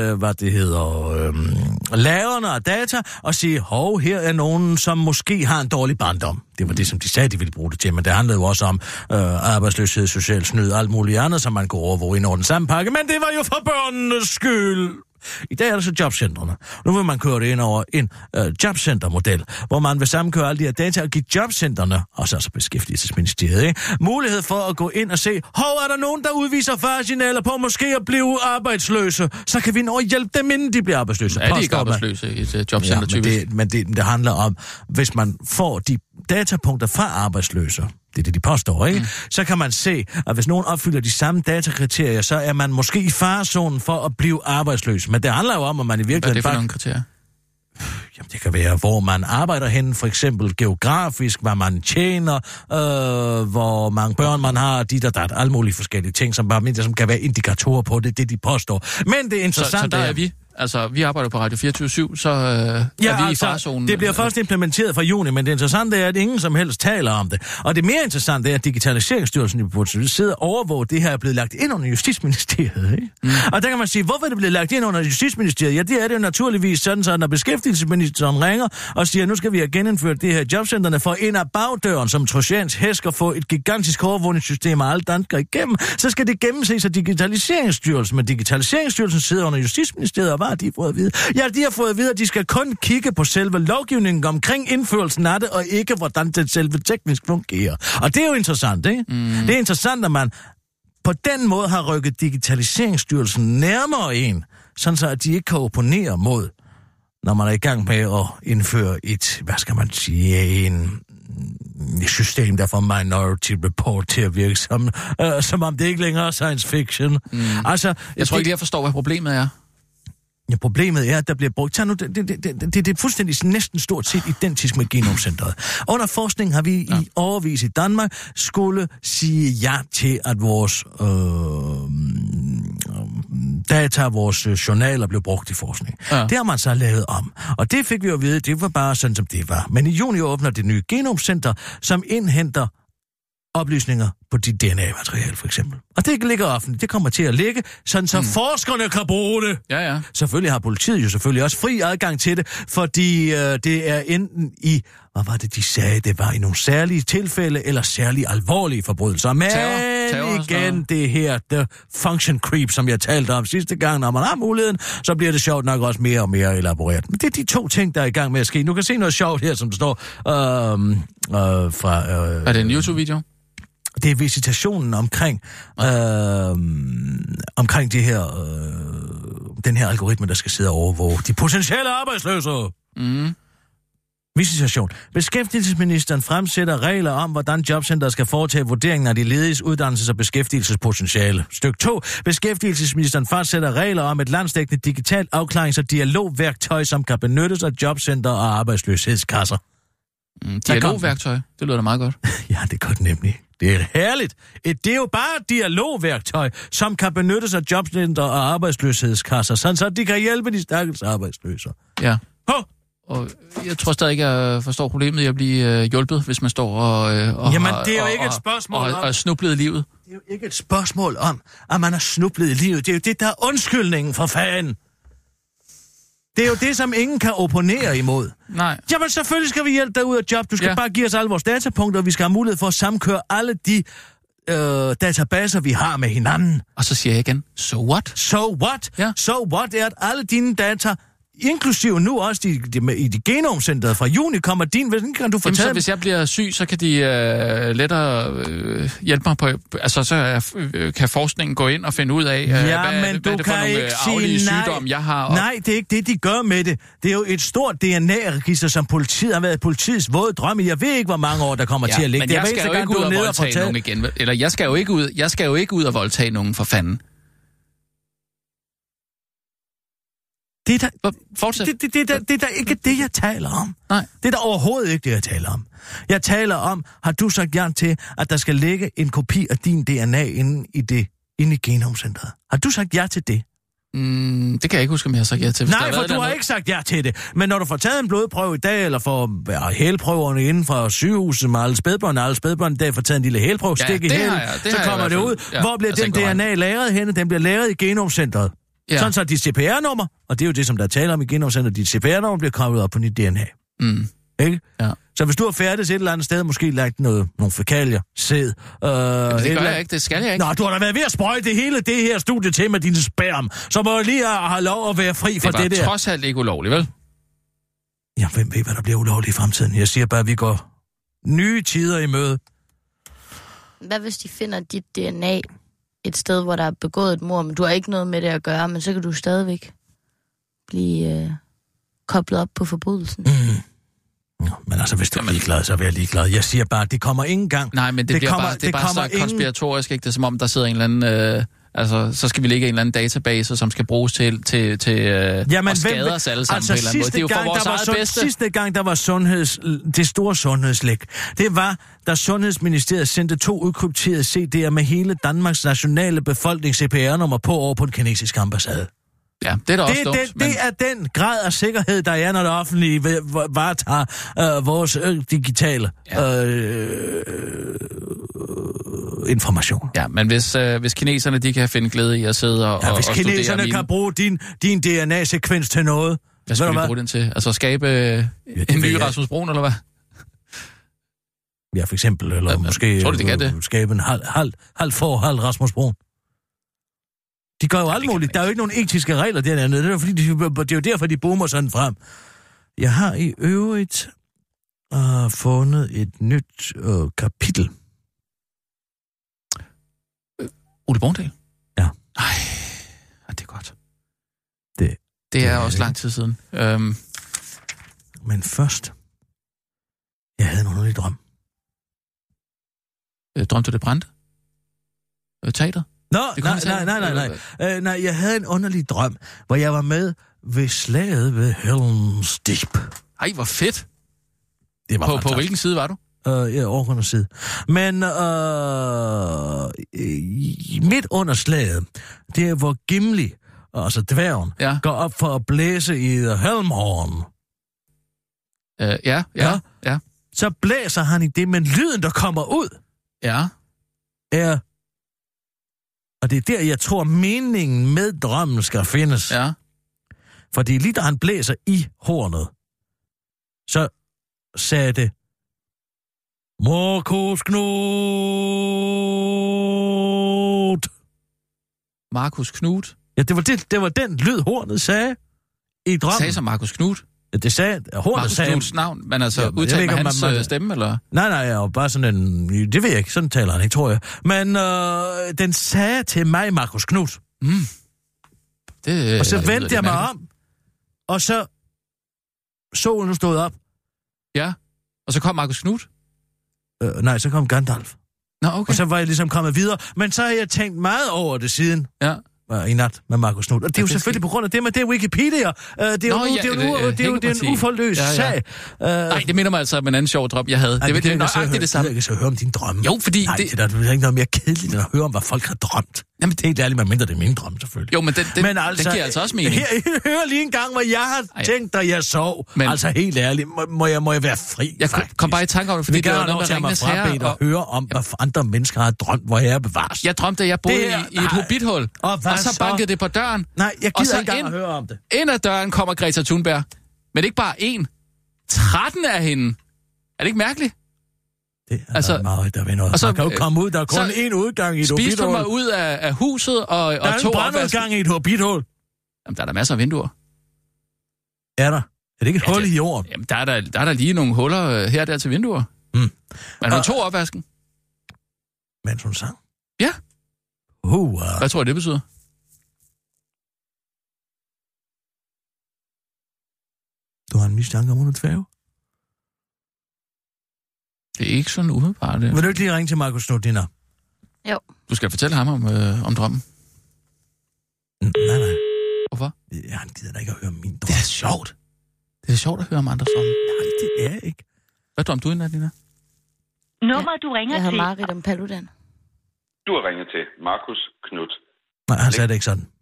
lagerne af data, og sige, her er nogen, som måske har en dårlig barndom. Det var det, som de sagde, de ville bruge det til, men det handlede jo også om arbejdsløshed, social snyd og alt muligt andet, som man kunne overvåge ind over den samme pakke, men det var jo for børnenes skyld. I dag er det så jobcentrene. Nu vil man køre det ind over en jobcentermodel, hvor man vil sammenkøre alle de her data og give jobcentrene, og så beskæftigelsesministeriet, ikke, mulighed for at gå ind og se, er der nogen, der udviser faresignaler på måske at blive arbejdsløse, så kan vi nå at hjælpe dem, inden de bliver arbejdsløse. Er de ikke arbejdsløse i et jobcenter typisk? Men det handler om, hvis man får de datapunkter fra arbejdsløse, det er det, de påstår, ikke? Så kan man se, at hvis nogen opfylder de samme datakriterier, så er man måske i farezonen for at blive arbejdsløs. Men det handler jo om, at man i virkeligheden... Hvad er det for nogle kriterier? Jamen, det kan være, hvor man arbejder hen, for eksempel geografisk, hvad man tjener, hvor mange børn man har, alle mulige forskellige ting, som kan være indikatorer på det, de påstår. Men det er interessant... Så der er vi. Altså, vi arbejder på Radio 24/7, så er vi i farzonen. Det bliver først implementeret fra juni, men det interessante er, at ingen som helst taler om det. Og det mere interessante er, at Digitaliseringsstyrelsen i Bruxelles sidder og overvåger, det her er blevet lagt ind under Justitsministeriet. Ikke? Og der kan man sige, hvorfor er det blevet lagt ind under Justitsministeriet? Ja, det er det jo naturligvis sådan, så når beskæftigelsesministeren ringer og siger, nu skal vi have genindført det her jobcentrene for ind ad bagdøren, som trojansk hest og få et gigantisk overvågningssystem af alle danskere igennem, så skal det gennemses af Digitaliseringsstyrelsen. Men Digitaliseringsstyrelsen sidder under Justitsministeriet, hvad har de fået at vide? Ja, de har fået at vide, at de skal kun kigge på selve lovgivningen omkring indførelsen af det, og ikke hvordan det selve teknisk fungerer. Og det er jo interessant, ikke? Det er interessant, at man på den måde har rykket Digitaliseringsstyrelsen nærmere en, sådan så at de ikke kan opponere mod, når man er i gang med at indføre et, et system, der får Minority Report til at virke som om det ikke længere er science fiction. Altså, jeg tror ikke, jeg forstår, hvad problemet er. Ja, problemet er, at der bliver brugt... Det er fuldstændig næsten stort set identisk med Genomcentret. Under forskning har vi i årevis i Danmark skulle sige ja til, at vores data, vores journaler blev brugt i forskning. Ja. Det har man så lavet om. Og det fik vi jo at vide, det var bare sådan, som det var. Men i juni åbner det nye Genomcenter, som indhenter oplysninger på dit DNA-materiale, for eksempel. Og det ligger offentligt. Det kommer til at ligge, sådan så forskerne kan bruge det. Ja. Selvfølgelig har politiet jo selvfølgelig også fri adgang til det, fordi det er enten i, hvad var det, de sagde, det var i nogle særlige tilfælde, eller særlige alvorlige forbrydelser. Men terror igen, det her, the function creep, som jeg talte om sidste gang, når man har muligheden, så bliver det sjovt nok også mere og mere elaboreret. Men det er de to ting, der er i gang med at ske. Du kan se noget sjovt her, som står fra... er det en YouTube-video? Det er visitationen omkring det her, den her algoritme, der skal sidde og overvåge de potentielle arbejdsløse. Visitation. Beskæftigelsesministeren fremsætter regler om, hvordan jobcenter skal foretage vurderingen af de lediges uddannelses- og beskæftigelsespotentiale. Stykke 2. Beskæftigelsesministeren fastsætter regler om et landsdækkende digitalt afklarings- og dialogværktøj, som kan benyttes af jobcenter og arbejdsløshedskasser. Dialogværktøj? Det lyder da meget godt. Ja, det er godt nemlig. Det er herligt. Det er jo bare et dialogværktøj, som kan benyttes af jobcenter og arbejdsløshedskasser, sådan så de kan hjælpe de stakkels arbejdsløse. Ja. Og jeg tror stadig ikke, jeg forstår problemet i at blive hjulpet, hvis man står og jamen, det er jo ikke et spørgsmål om... Og er snublet i livet. Det er jo ikke et spørgsmål om, at man er snublet i livet. Det er jo det, der er undskyldningen for fanden. Det er jo det, som ingen kan opponere imod. Nej. Jamen, selvfølgelig skal vi hjælpe dig ud af job. Du skal bare give os alle vores datapunkter, og vi skal have mulighed for at samkøre alle de databaser, vi har med hinanden. Og så siger jeg igen, so what? So what? Ja. So what er, at alle dine data, inklusive nu også i de genomcentret fra juni, kommer din, kan du fortælle? Så hvis jeg bliver syg, så kan de lettere hjælpe mig på, altså så kan forskningen gå ind og finde ud af, hvad er det for nogle arvelige sygdomme, jeg har. Nej, det er ikke det, de gør med det. Det er jo et stort DNA-register, som politiet har været politiets våde drømme. Jeg ved ikke, hvor mange år der kommer til at ligge. Men jeg skal jo ikke ud og voldtage nogen igen. Eller jeg skal jo ikke ud og voldtage nogen for fanden. Det er da, Fortsæt. det er da ikke det, jeg taler om. Nej. Det er da overhovedet ikke det, jeg taler om. Jeg taler om, har du sagt ja til, at der skal ligge en kopi af din DNA inde i genomcentret? Har du sagt ja til det? Det kan jeg ikke huske, om jeg har sagt ja til. Nej, for du har ikke sagt ja til det. Men når du får taget en blodprøve i dag, eller får hælprøverne inden fra sygehuset med alle spædbørn i dag, får taget en lille hælprøve, stik i hælen, så kommer det ud. Ja, hvor bliver den DNA lagret henne? Den bliver lagret i genomcentret. Ja. Sådan så dit CPR-nummer, og det er jo det, som der taler om i genomcentret, dit CPR-nummer bliver koblet op på dit DNA. Ikke? Ja. Så hvis du har færdigt et eller andet sted, måske lagt nogle fækalier, sæd... det gør jeg ikke, det skal jeg ikke. Nå, du har da været ved at sprøjte det hele det her studie til med dine sperm, så må du lige have lov at være fri for det der. Det var trods alt ikke ulovligt, vel? Ja, hvem ved, hvad der bliver ulovligt i fremtiden? Jeg siger bare, at vi går nye tider i møde. Hvad hvis de finder dit DNA et sted, hvor der er begået et mord, men du har ikke noget med det at gøre, men så kan du stadigvæk blive koblet op på forbrydelsen? Men altså, hvis du er ligeglad, så er jeg ligeglad. Jeg siger bare, det kommer ingen gang. Nej, men det er bare så konspiratorisk, ikke? Det er som om, der sidder en eller anden... så skal vi lægge en eller anden database, som skal bruges til at skade os alle sammen altså, på en eller anden måde. Det er jo for vores eget bedste. Sidste gang, der var det store sundhedslæk, det var, da Sundhedsministeriet sendte 2 udkrypterede CD'er med hele Danmarks nationale befolknings CPR-nummer på over på den kinesiske ambassade. Ja, det er da også dumt. Det er den grad af sikkerhed, der er, når det offentlige varetager vores digitale information. Ja, men hvis kineserne de kan finde glæde i at sidde og hvis kineserne kan bruge din DNA-sekvens til noget. Hvad skal de bruge den til? Altså skabe en ny Rasmus Broen, eller hvad? Ja, for eksempel. Eller måske skabe en halv Rasmus Broen. De gør jo alt muligt. Der er jo ikke nogen etiske regler dernede. Det er jo derfor, de boomer sådan frem. Jeg har i øvrigt fundet et nyt kapitel. Ole Borndal? Ja. Ej, det er godt. Det er også lang tid siden. Men først, jeg havde en underlig drøm. Drømte du det brændte? Teater? Nej, jeg havde en underlig drøm, hvor jeg var med ved slaget ved Helm's Deep. Ej, hvor fedt. Det var på hvilken side var du? Ja, overgrundet side. Men midt under slaget, det er hvor Gimli, altså dværgen, går op for at blæse i Helmhorn. Ja. Så blæser han i det, men lyden, der kommer ud, er... Og det er der, jeg tror, meningen med drømmen skal findes. Ja. Fordi lige da han blæser i hornet, så sagde det, Markus Knudt. Markus Knudt? Ja, det var den lyd, hornet sagde i drømmen. Sagde så Markus Knudt? Ja, det sagde, hornet Markus sagde... Knudts navn, men altså udtalt med hans stemme, eller? Nej, og bare sådan en... Det ved jeg ikke, sådan taler han ikke, tror jeg. Men den sagde til mig, Markus Knudt. Og så vendte jeg mig om, og så solen stod op. Ja, og så kom Markus Knudt? Nej, så kom Gandalf. Nå, okay. Og så var jeg ligesom kommet videre. Men så har jeg tænkt meget over det siden. Ja. I nat med Markus Knudt. Og det er jo selvfølgelig på grund af det, men det er Wikipedia. Det er en uforløs sag. Nej, det minder mig altså om en anden sjov drøm, jeg havde. Det er nøjagtigt det samme. Jeg kan så høre om din drømme. Jo, fordi... Nej, det er ikke noget mere kedeligt, end at høre om, hvad folk har drømt. Jamen, det er helt ærligt, man mindre det er min drøm, selvfølgelig. Jo, men den giver altså også mening. Hør lige en gang, hvad jeg har tænkt, da jeg sov. Men, altså, helt ærligt, må jeg være fri, jeg kom bare i tanke om det, fordi det var noget med Ringenes Herre. Og høre om, hvad andre mennesker har drømt, hvor jeg bevares. Jeg drømte, at jeg boede i et hobbithul. Og så bankede det på døren. Nej, jeg gider ikke engang at høre om det. Ind ad døren kommer Greta Thunberg. Men ikke bare 1. 13 af hende. Er det ikke mærkeligt? Det er altså, meget, der ved noget. Og så, man kan jo komme ud, der er kun én udgang i et hobbithul. Spiste du mig ud af huset og der er to en brandudgang i et hobbithul. Jamen, der er der masser af vinduer. Er der? Er det ikke et hul i jorden? Jamen, der er der lige nogle huller her og der til vinduer. Men hun tog opvasken. Mens hun sang? Ja. Hvad tror du, det betyder? Du har en mistanke om, hun er dværg? Det er ikke sådan umiddelbart. Vil du ikke lige ringe til Markus Knudt, Dina? Jo. Du skal fortælle ham om drømmen. Nej. Hvorfor? Ja, han gider da ikke at høre min drøm. Det er sjovt. Det er sjovt at høre om andres drømme. Nej, det er ikke. Hvad drømte du i nat, Nina? Nummer, du ringer Jeg til. har Marit om Paludan. Du har ringet til Markus Knudt. Nej, han sagde det ikke sådan.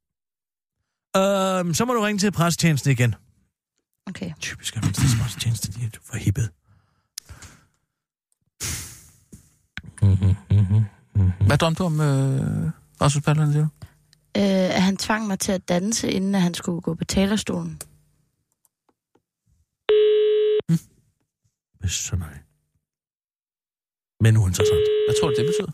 Så må du ringe til pressetjenesten igen. Okay. Typisk er Venstres pressetjeneste, de er for hippet. Hvad drømte du om Rasmus Paludan, siger du? At han tvang mig til at danse, inden at han skulle gå på talerstolen. Så nej. Men uinteressant. Hvad tror du, det betyder?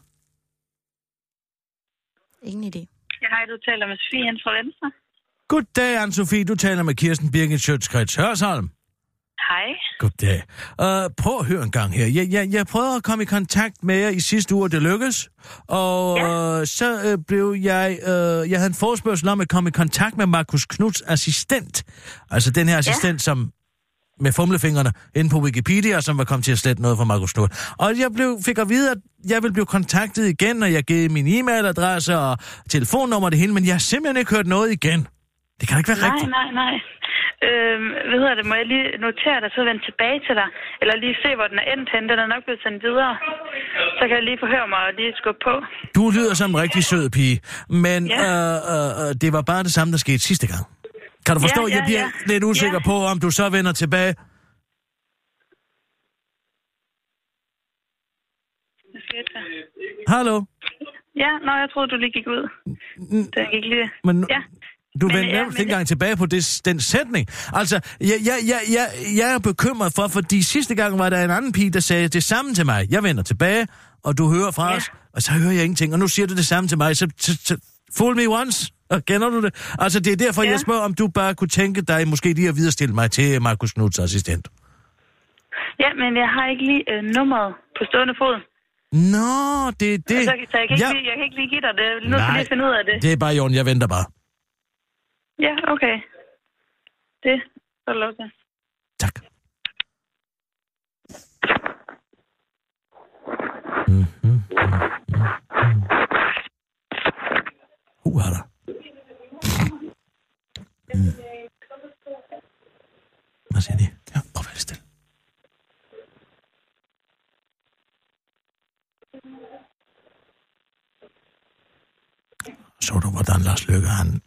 Ingen idé. Ja, hej, du taler med Sofie fra Venstre. Goddag, Anne-Sophie. Du taler med Kirsten Birgit Schøtz-Krets Hørsholm. Hej. Goddag. Prøv at høre en gang her. Jeg prøvede at komme i kontakt med jer i sidste uge, og det lykkedes. Og så blev jeg... jeg havde en forespørgsel om at komme i kontakt med Markus Knuds assistent. Altså den her assistent, som med fumlefingrene inde på Wikipedia, som var kommet til at slette noget fra Markus Knud. Og jeg fik at vide, at jeg ville blive kontaktet igen, og jeg gav min e-mailadresse og telefonnummer og det hele, men jeg har simpelthen ikke hørt noget igen. Det kan ikke være rigtigt. Nej. Hvad hedder det? Må jeg lige notere dig, så vende tilbage til dig? Eller lige se, hvor den er endt hen? Den er nok blevet sendt videre. Så kan jeg lige forhøre mig og lige skubbe på. Du lyder som en rigtig sød pige, men det var bare det samme, der skete sidste gang. Kan du forstå, jeg bliver lidt usikker på, om du så vender tilbage? Hallo? Ja, jeg troede, du lige gik ud. Den gik lige... Men du vender nærmest ikke engang tilbage på den sætning. Altså, jeg er bekymret for, fordi sidste gang var der en anden pige, der sagde det samme til mig. Jeg vender tilbage, og du hører fra os, og så hører jeg ingenting. Og nu siger du det samme til mig, så fool me once. Kender du det? Altså, det er derfor, jeg spørger, om du bare kunne tænke dig måske lige at viderestille mig til Markus Knuds assistent. Ja, men jeg har ikke lige nummeret på stående fod. Nå, det er det. Så jeg kan ikke lige give dig det. Nu skal jeg lige finde ud af det. Det er bare i orden. Jeg venter bare. Ja, okay. Det får du lov til. Tak. Er der? Hvad siger de? Ja, prøv at være stille. Så du, hvordan Lars Løkke, han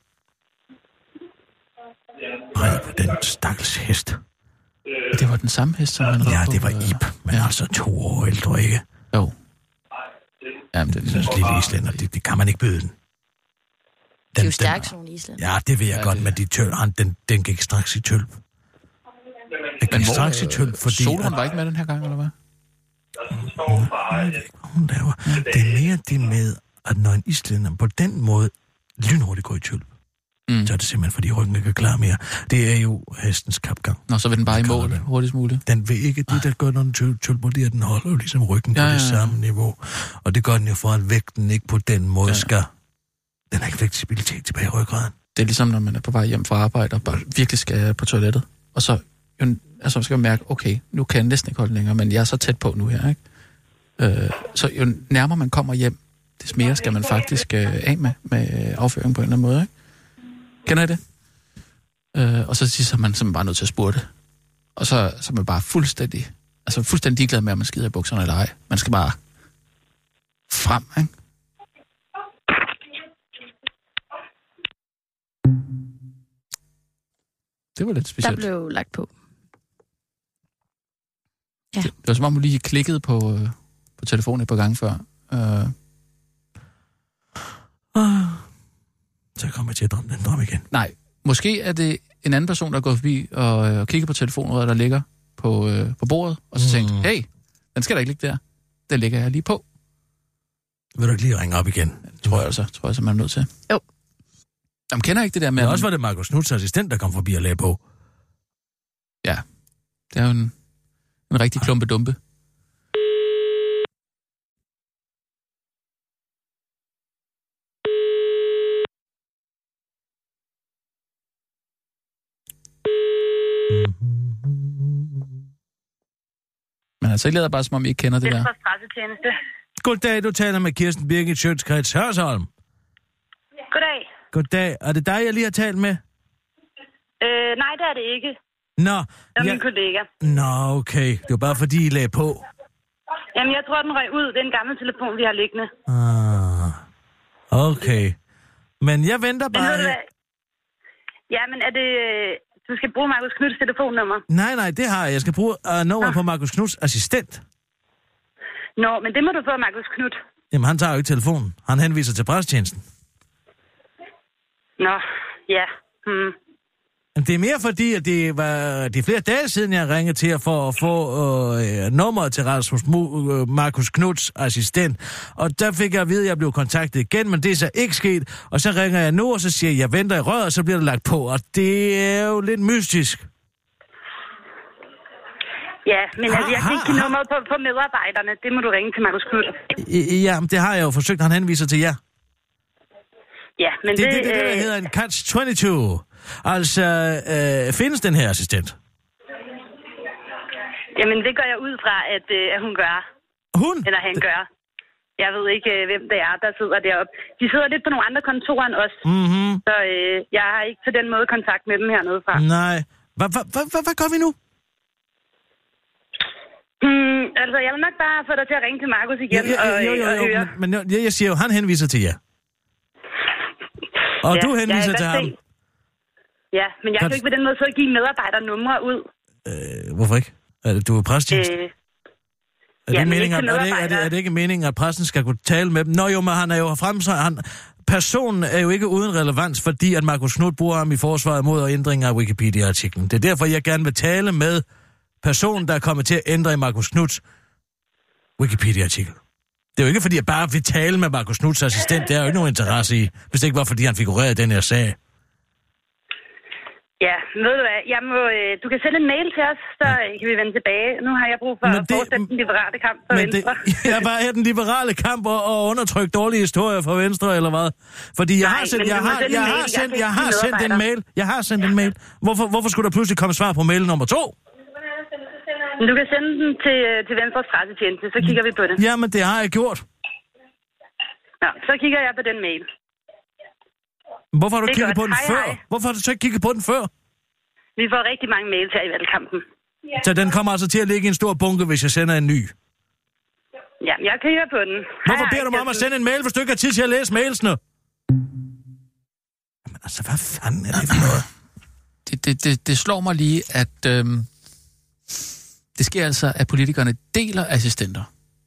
red på den stakkels hest. Det var den samme hest, som han red på? Ja, det var Ib, men altså 2 år ældre, ikke? Jo. Jamen, det er lille islænder, det kan man ikke byde den. Det er jo stærkt, sådan nogle islænder. Ja, det ved jeg godt, men den gik straks i tølp. Den gik straks i tølp, fordi... Solon var ikke med den her gang, eller hvad? Jeg ved ikke, hvad hun laver. Det er mere det med, at når en islænder på den måde lynhurtigt går i tølp, så er det simpelthen, fordi ryggen ikke er klar mere. Det er jo hestens kapgang. Nå, så vil den bare i mål hurtigst muligt. Den vil ikke det, der gør, når den tølper, det er, at den holder jo ligesom ryggen på det samme niveau. Og det gør den jo for, at vægten ikke på den måde skal... Den har ikke fleksibilitet tilbage i ryggraden. Det er ligesom, når man er på vej hjem fra arbejde og bare virkelig skal på toilettet. Og så skal man mærke, okay, nu kan jeg næsten ikke holde længere, men jeg er så tæt på nu her, ikke? Så jo nærmere man kommer hjem, des mere skal man faktisk af med afføring på en eller anden måde, ikke? Kender I det? Og så er man simpelthen bare nødt til at spurte. Og så er man bare fuldstændig ligeglad med, om man skider i bukserne eller ej. Man skal bare frem, ikke? Det var lidt specielt. Der blev lagt på. Ja. Det var som om, du lige klikkede på telefonen et par gange før. Så kommer jeg til at drømme den drøm igen. Nej, måske er det en anden person, der er gået forbi og kigger på telefonen, der ligger på bordet, og så tænkt, hey, den skal da ikke ligge der. Den ligger jeg lige på. Vil du ikke lige ringe op igen? Det tror jeg så man er nødt til. Jo. Jamen, kender ikke det der med... Men også var det Markus Knuds assistent, der kom forbi og lagde på. Ja, det er jo en rigtig klumpedumpe. Men altså, I lader bare, som om I ikke kender det der. Venstres pressetjeneste. Goddag, du taler med Kirsten Birgit Schøtz-Krets Hørsholm. Goddag. Goddag. Er det dig, jeg lige har talt med? Nej, det er det ikke. Nå. Det er min kollega. Nå, okay. Det var bare fordi, I lagde på. Jamen, jeg tror, den røg ud. Det er en gammel telefon, vi har liggende. Okay. Men jeg venter bare... Ja, men er det... Du skal bruge Markus Knuds telefonnummer. Nej, det har jeg. Jeg skal bruge nummer på Markus Knuds assistent. Nå, men det må du få af Markus Knud. Jamen, han tager jo ikke telefonen. Han henviser til presstjenesten. Nå, ja. Det er mere fordi, at det er flere dage siden, jeg ringede til at få nummeret til Markus Knuds assistent. Og der fik jeg at vide, at jeg blev kontaktet igen, men det er så ikke sket. Og så ringer jeg nu, og så siger jeg venter i røret, og så bliver det lagt på. Og det er jo lidt mystisk. Ja, men altså, jeg kan ikke give nummeret på medarbejderne. Det må du ringe til Markus Knud. Ja, det har jeg jo forsøgt. Han henviser til jer. Ja, men det... Det der hedder en catch-22. Altså, findes den her assistent? Jamen, det går jeg ud fra, at hun gør. Hun? Eller han gør. Jeg ved ikke, hvem det er, der sidder deroppe. De sidder lidt på nogle andre kontorer end os. Mm-hmm. Så jeg har ikke på den måde kontakt med dem hernede fra. Nej. Hvad gør vi nu? Altså, jeg vil nok bare få dig til at ringe til Markus igen og høre. Men jeg siger jo, han henviser til jer. Og du henviser til ham. Ja, men jeg kan ikke på den måde så give medarbejdernumre ud. Hvorfor ikke? Du er præsttjeneste. Er det ikke meningen, at pressen skal kunne tale med dem? Nå jo, men han er jo fremsat. Personen er jo ikke uden relevans, fordi at Markus Knud bruger ham i forsvaret mod ændring af Wikipedia-artiklen. Det er derfor, jeg gerne vil tale med personen, der er kommet til at ændre i Markus Knuds Wikipedia-artikel. Det er jo ikke, fordi jeg bare vil tale med Markus Knuds assistent. Det er jo ikke nogen interesse i, hvis det ikke var, fordi han figurerede i den her sag. Ja, ved du hvad, du kan sende en mail til os, så kan vi vende tilbage. Nu har jeg brug for at fortsætte den liberale kamp for Venstre. Hvad er den liberale kamp og undertrykke dårlige historier for Venstre, eller hvad? Fordi jeg har sendt en mail. Jeg har sendt en mail. Hvorfor skulle der pludselig komme svar på mail nummer 2? Du kan sende den til Venstres pressetjeneste, så kigger vi på det. Jamen, det har jeg gjort. Nå, så kigger jeg på den mail. Hvorfor har du kigget på den før? Hvorfor har du så ikke kigget på den før? Vi får rigtig mange mails her i valgkampen. Så den kommer altså til at ligge i en stor bunke, hvis jeg sender en ny? Ja, jeg kigger på den. Hvorfor beder du mig om at sende en mail, hvis du ikke har tid til at læse mailsene? Jamen altså, hvad fanden er det for noget? Det slår mig lige, at det sker altså, at politikerne deler assistenter.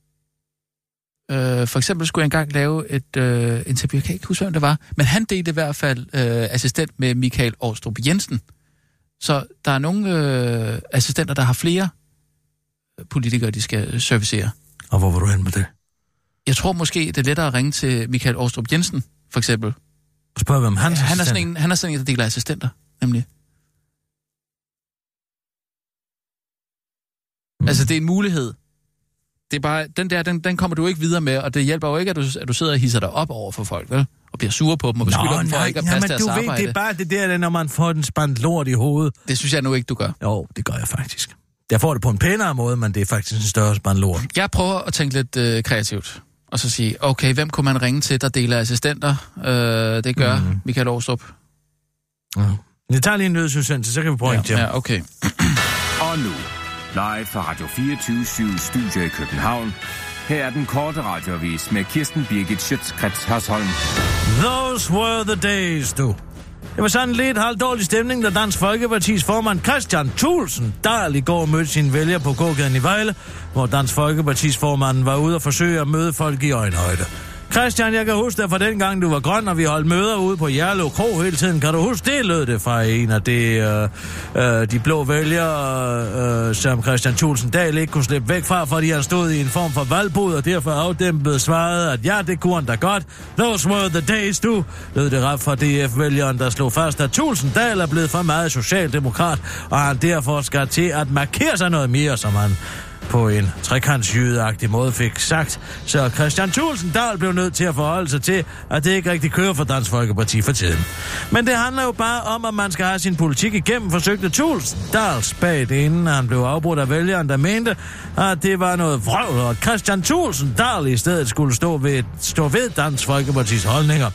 For eksempel skulle jeg engang lave et interview, jeg kan ikke huske, hvem det var, men han delte i hvert fald assistent med Michael Aastrup Jensen. Så der er nogle assistenter, der har flere politikere, de skal servicere. Og hvor var du hen med det? Jeg tror måske, det er lettere at ringe til Michael Aastrup Jensen, for eksempel. Spørg, hvem hans assistent? Han er sådan en, der deler assistenter, nemlig. Altså, det er en mulighed. Det er bare, den kommer du ikke videre med, og det hjælper jo ikke, at du sidder og hisser dig op over for folk, vel? Og bliver sur på dem, og beskylder dem for ikke at passe deres arbejde. Det er bare det der, når man får den spændt lort i hovedet. Det synes jeg nu ikke, du gør. Jo, det gør jeg faktisk. Jeg får det på en pænere måde, men det er faktisk en større spændt lort. Jeg prøver at tænke lidt kreativt, og så sige, okay, hvem kunne man ringe til, der deler assistenter? Det gør Michael Aastrup. Ja. Jeg tager lige en nødsudsendelse, så kan vi prøve en til. Ja, okay. Og nu, live fra Radio 24/7 Studio i København. Her er den korte radioavis med Kirsten Birgit Schøtz-Krets Hørsholm. Those were the days, du. Det var sådan lidt halvdårlig stemning, da Dansk Folkepartis formand Kristian Thulesen Dahl i går mødte sine vælgere på gågaden i Vejle, hvor Dansk Folkepartis formand var ude og forsøge at møde folk i øjenhøjde. Christian, jeg kan huske dig fra dengang, du var grøn, og vi holdt møder ude på Jerlev Kro hele tiden. Kan du huske det, lød det fra en af de blå vælgere, som Kristian Thulesen Dahl ikke kunne slippe væk fra, fordi han stod i en form for valgbud, og derfor afdæmpet svarede, at ja, det kunne han da godt. Those were the days, du, lød det ret fra DF-vælgeren, der slog fast, at Thulesen Dahl er blevet for meget socialdemokrat, og han derfor skal til at markere sig noget mere, som han på en trekantsjydeagtig måde fik sagt, så Kristian Thulesen Dahl blev nødt til at forholde sig til, at det ikke rigtig kører for Dansk Folkeparti for tiden. Men det handler jo bare om, at man skal have sin politik igennem, forsøgte Thulesen Dahl spagt, inden han blev afbrudt af vælgeren, der mente, at det var noget vrøvl, og at Kristian Thulesen Dahl i stedet skulle stå ved Dansk Folkepartis holdninger.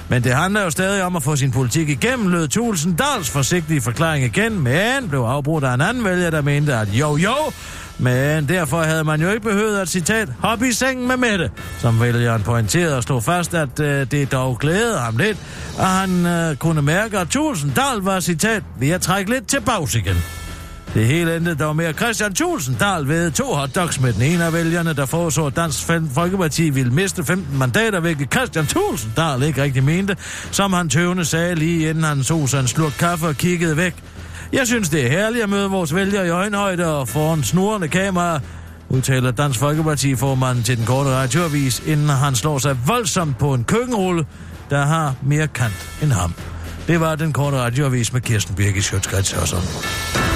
Men det handler jo stadig om at få sin politik igennem, lød Thulesen Dahls forsigtige forklaring igen, men blev afbrudt af en anden vælger, der mente, at jo, men derfor havde man jo ikke behøvet at citat hoppe i sengen med Mette, som vælgeren pointerede og slog fast, at det dog glædede ham lidt, og han kunne mærke, at Thulesen Dahl var citat ved at trække lidt tilbage igen. Det hele endte dog med, at Christian Thulesen Dahl ved 2 hotdogs med den ene af vælgerne, der foreså, at Dansk Folkeparti ville miste 15 mandater, hvilket Christian Thulesen Dahl ikke rigtig mente, som han tøvende sagde lige inden han tog sig en slurk kaffe og kiggede væk. Jeg synes, det er herligt at møde vores vælgere i øjenhøjde og foran snurrende kamera, udtaler Dansk Folkeparti-formanden til den korte radioavis, inden han slår sig voldsomt på en køkkenrulle, der har mere kant end ham. Det var den korte radioavis med Kirsten Birgit Schøtz-Krets.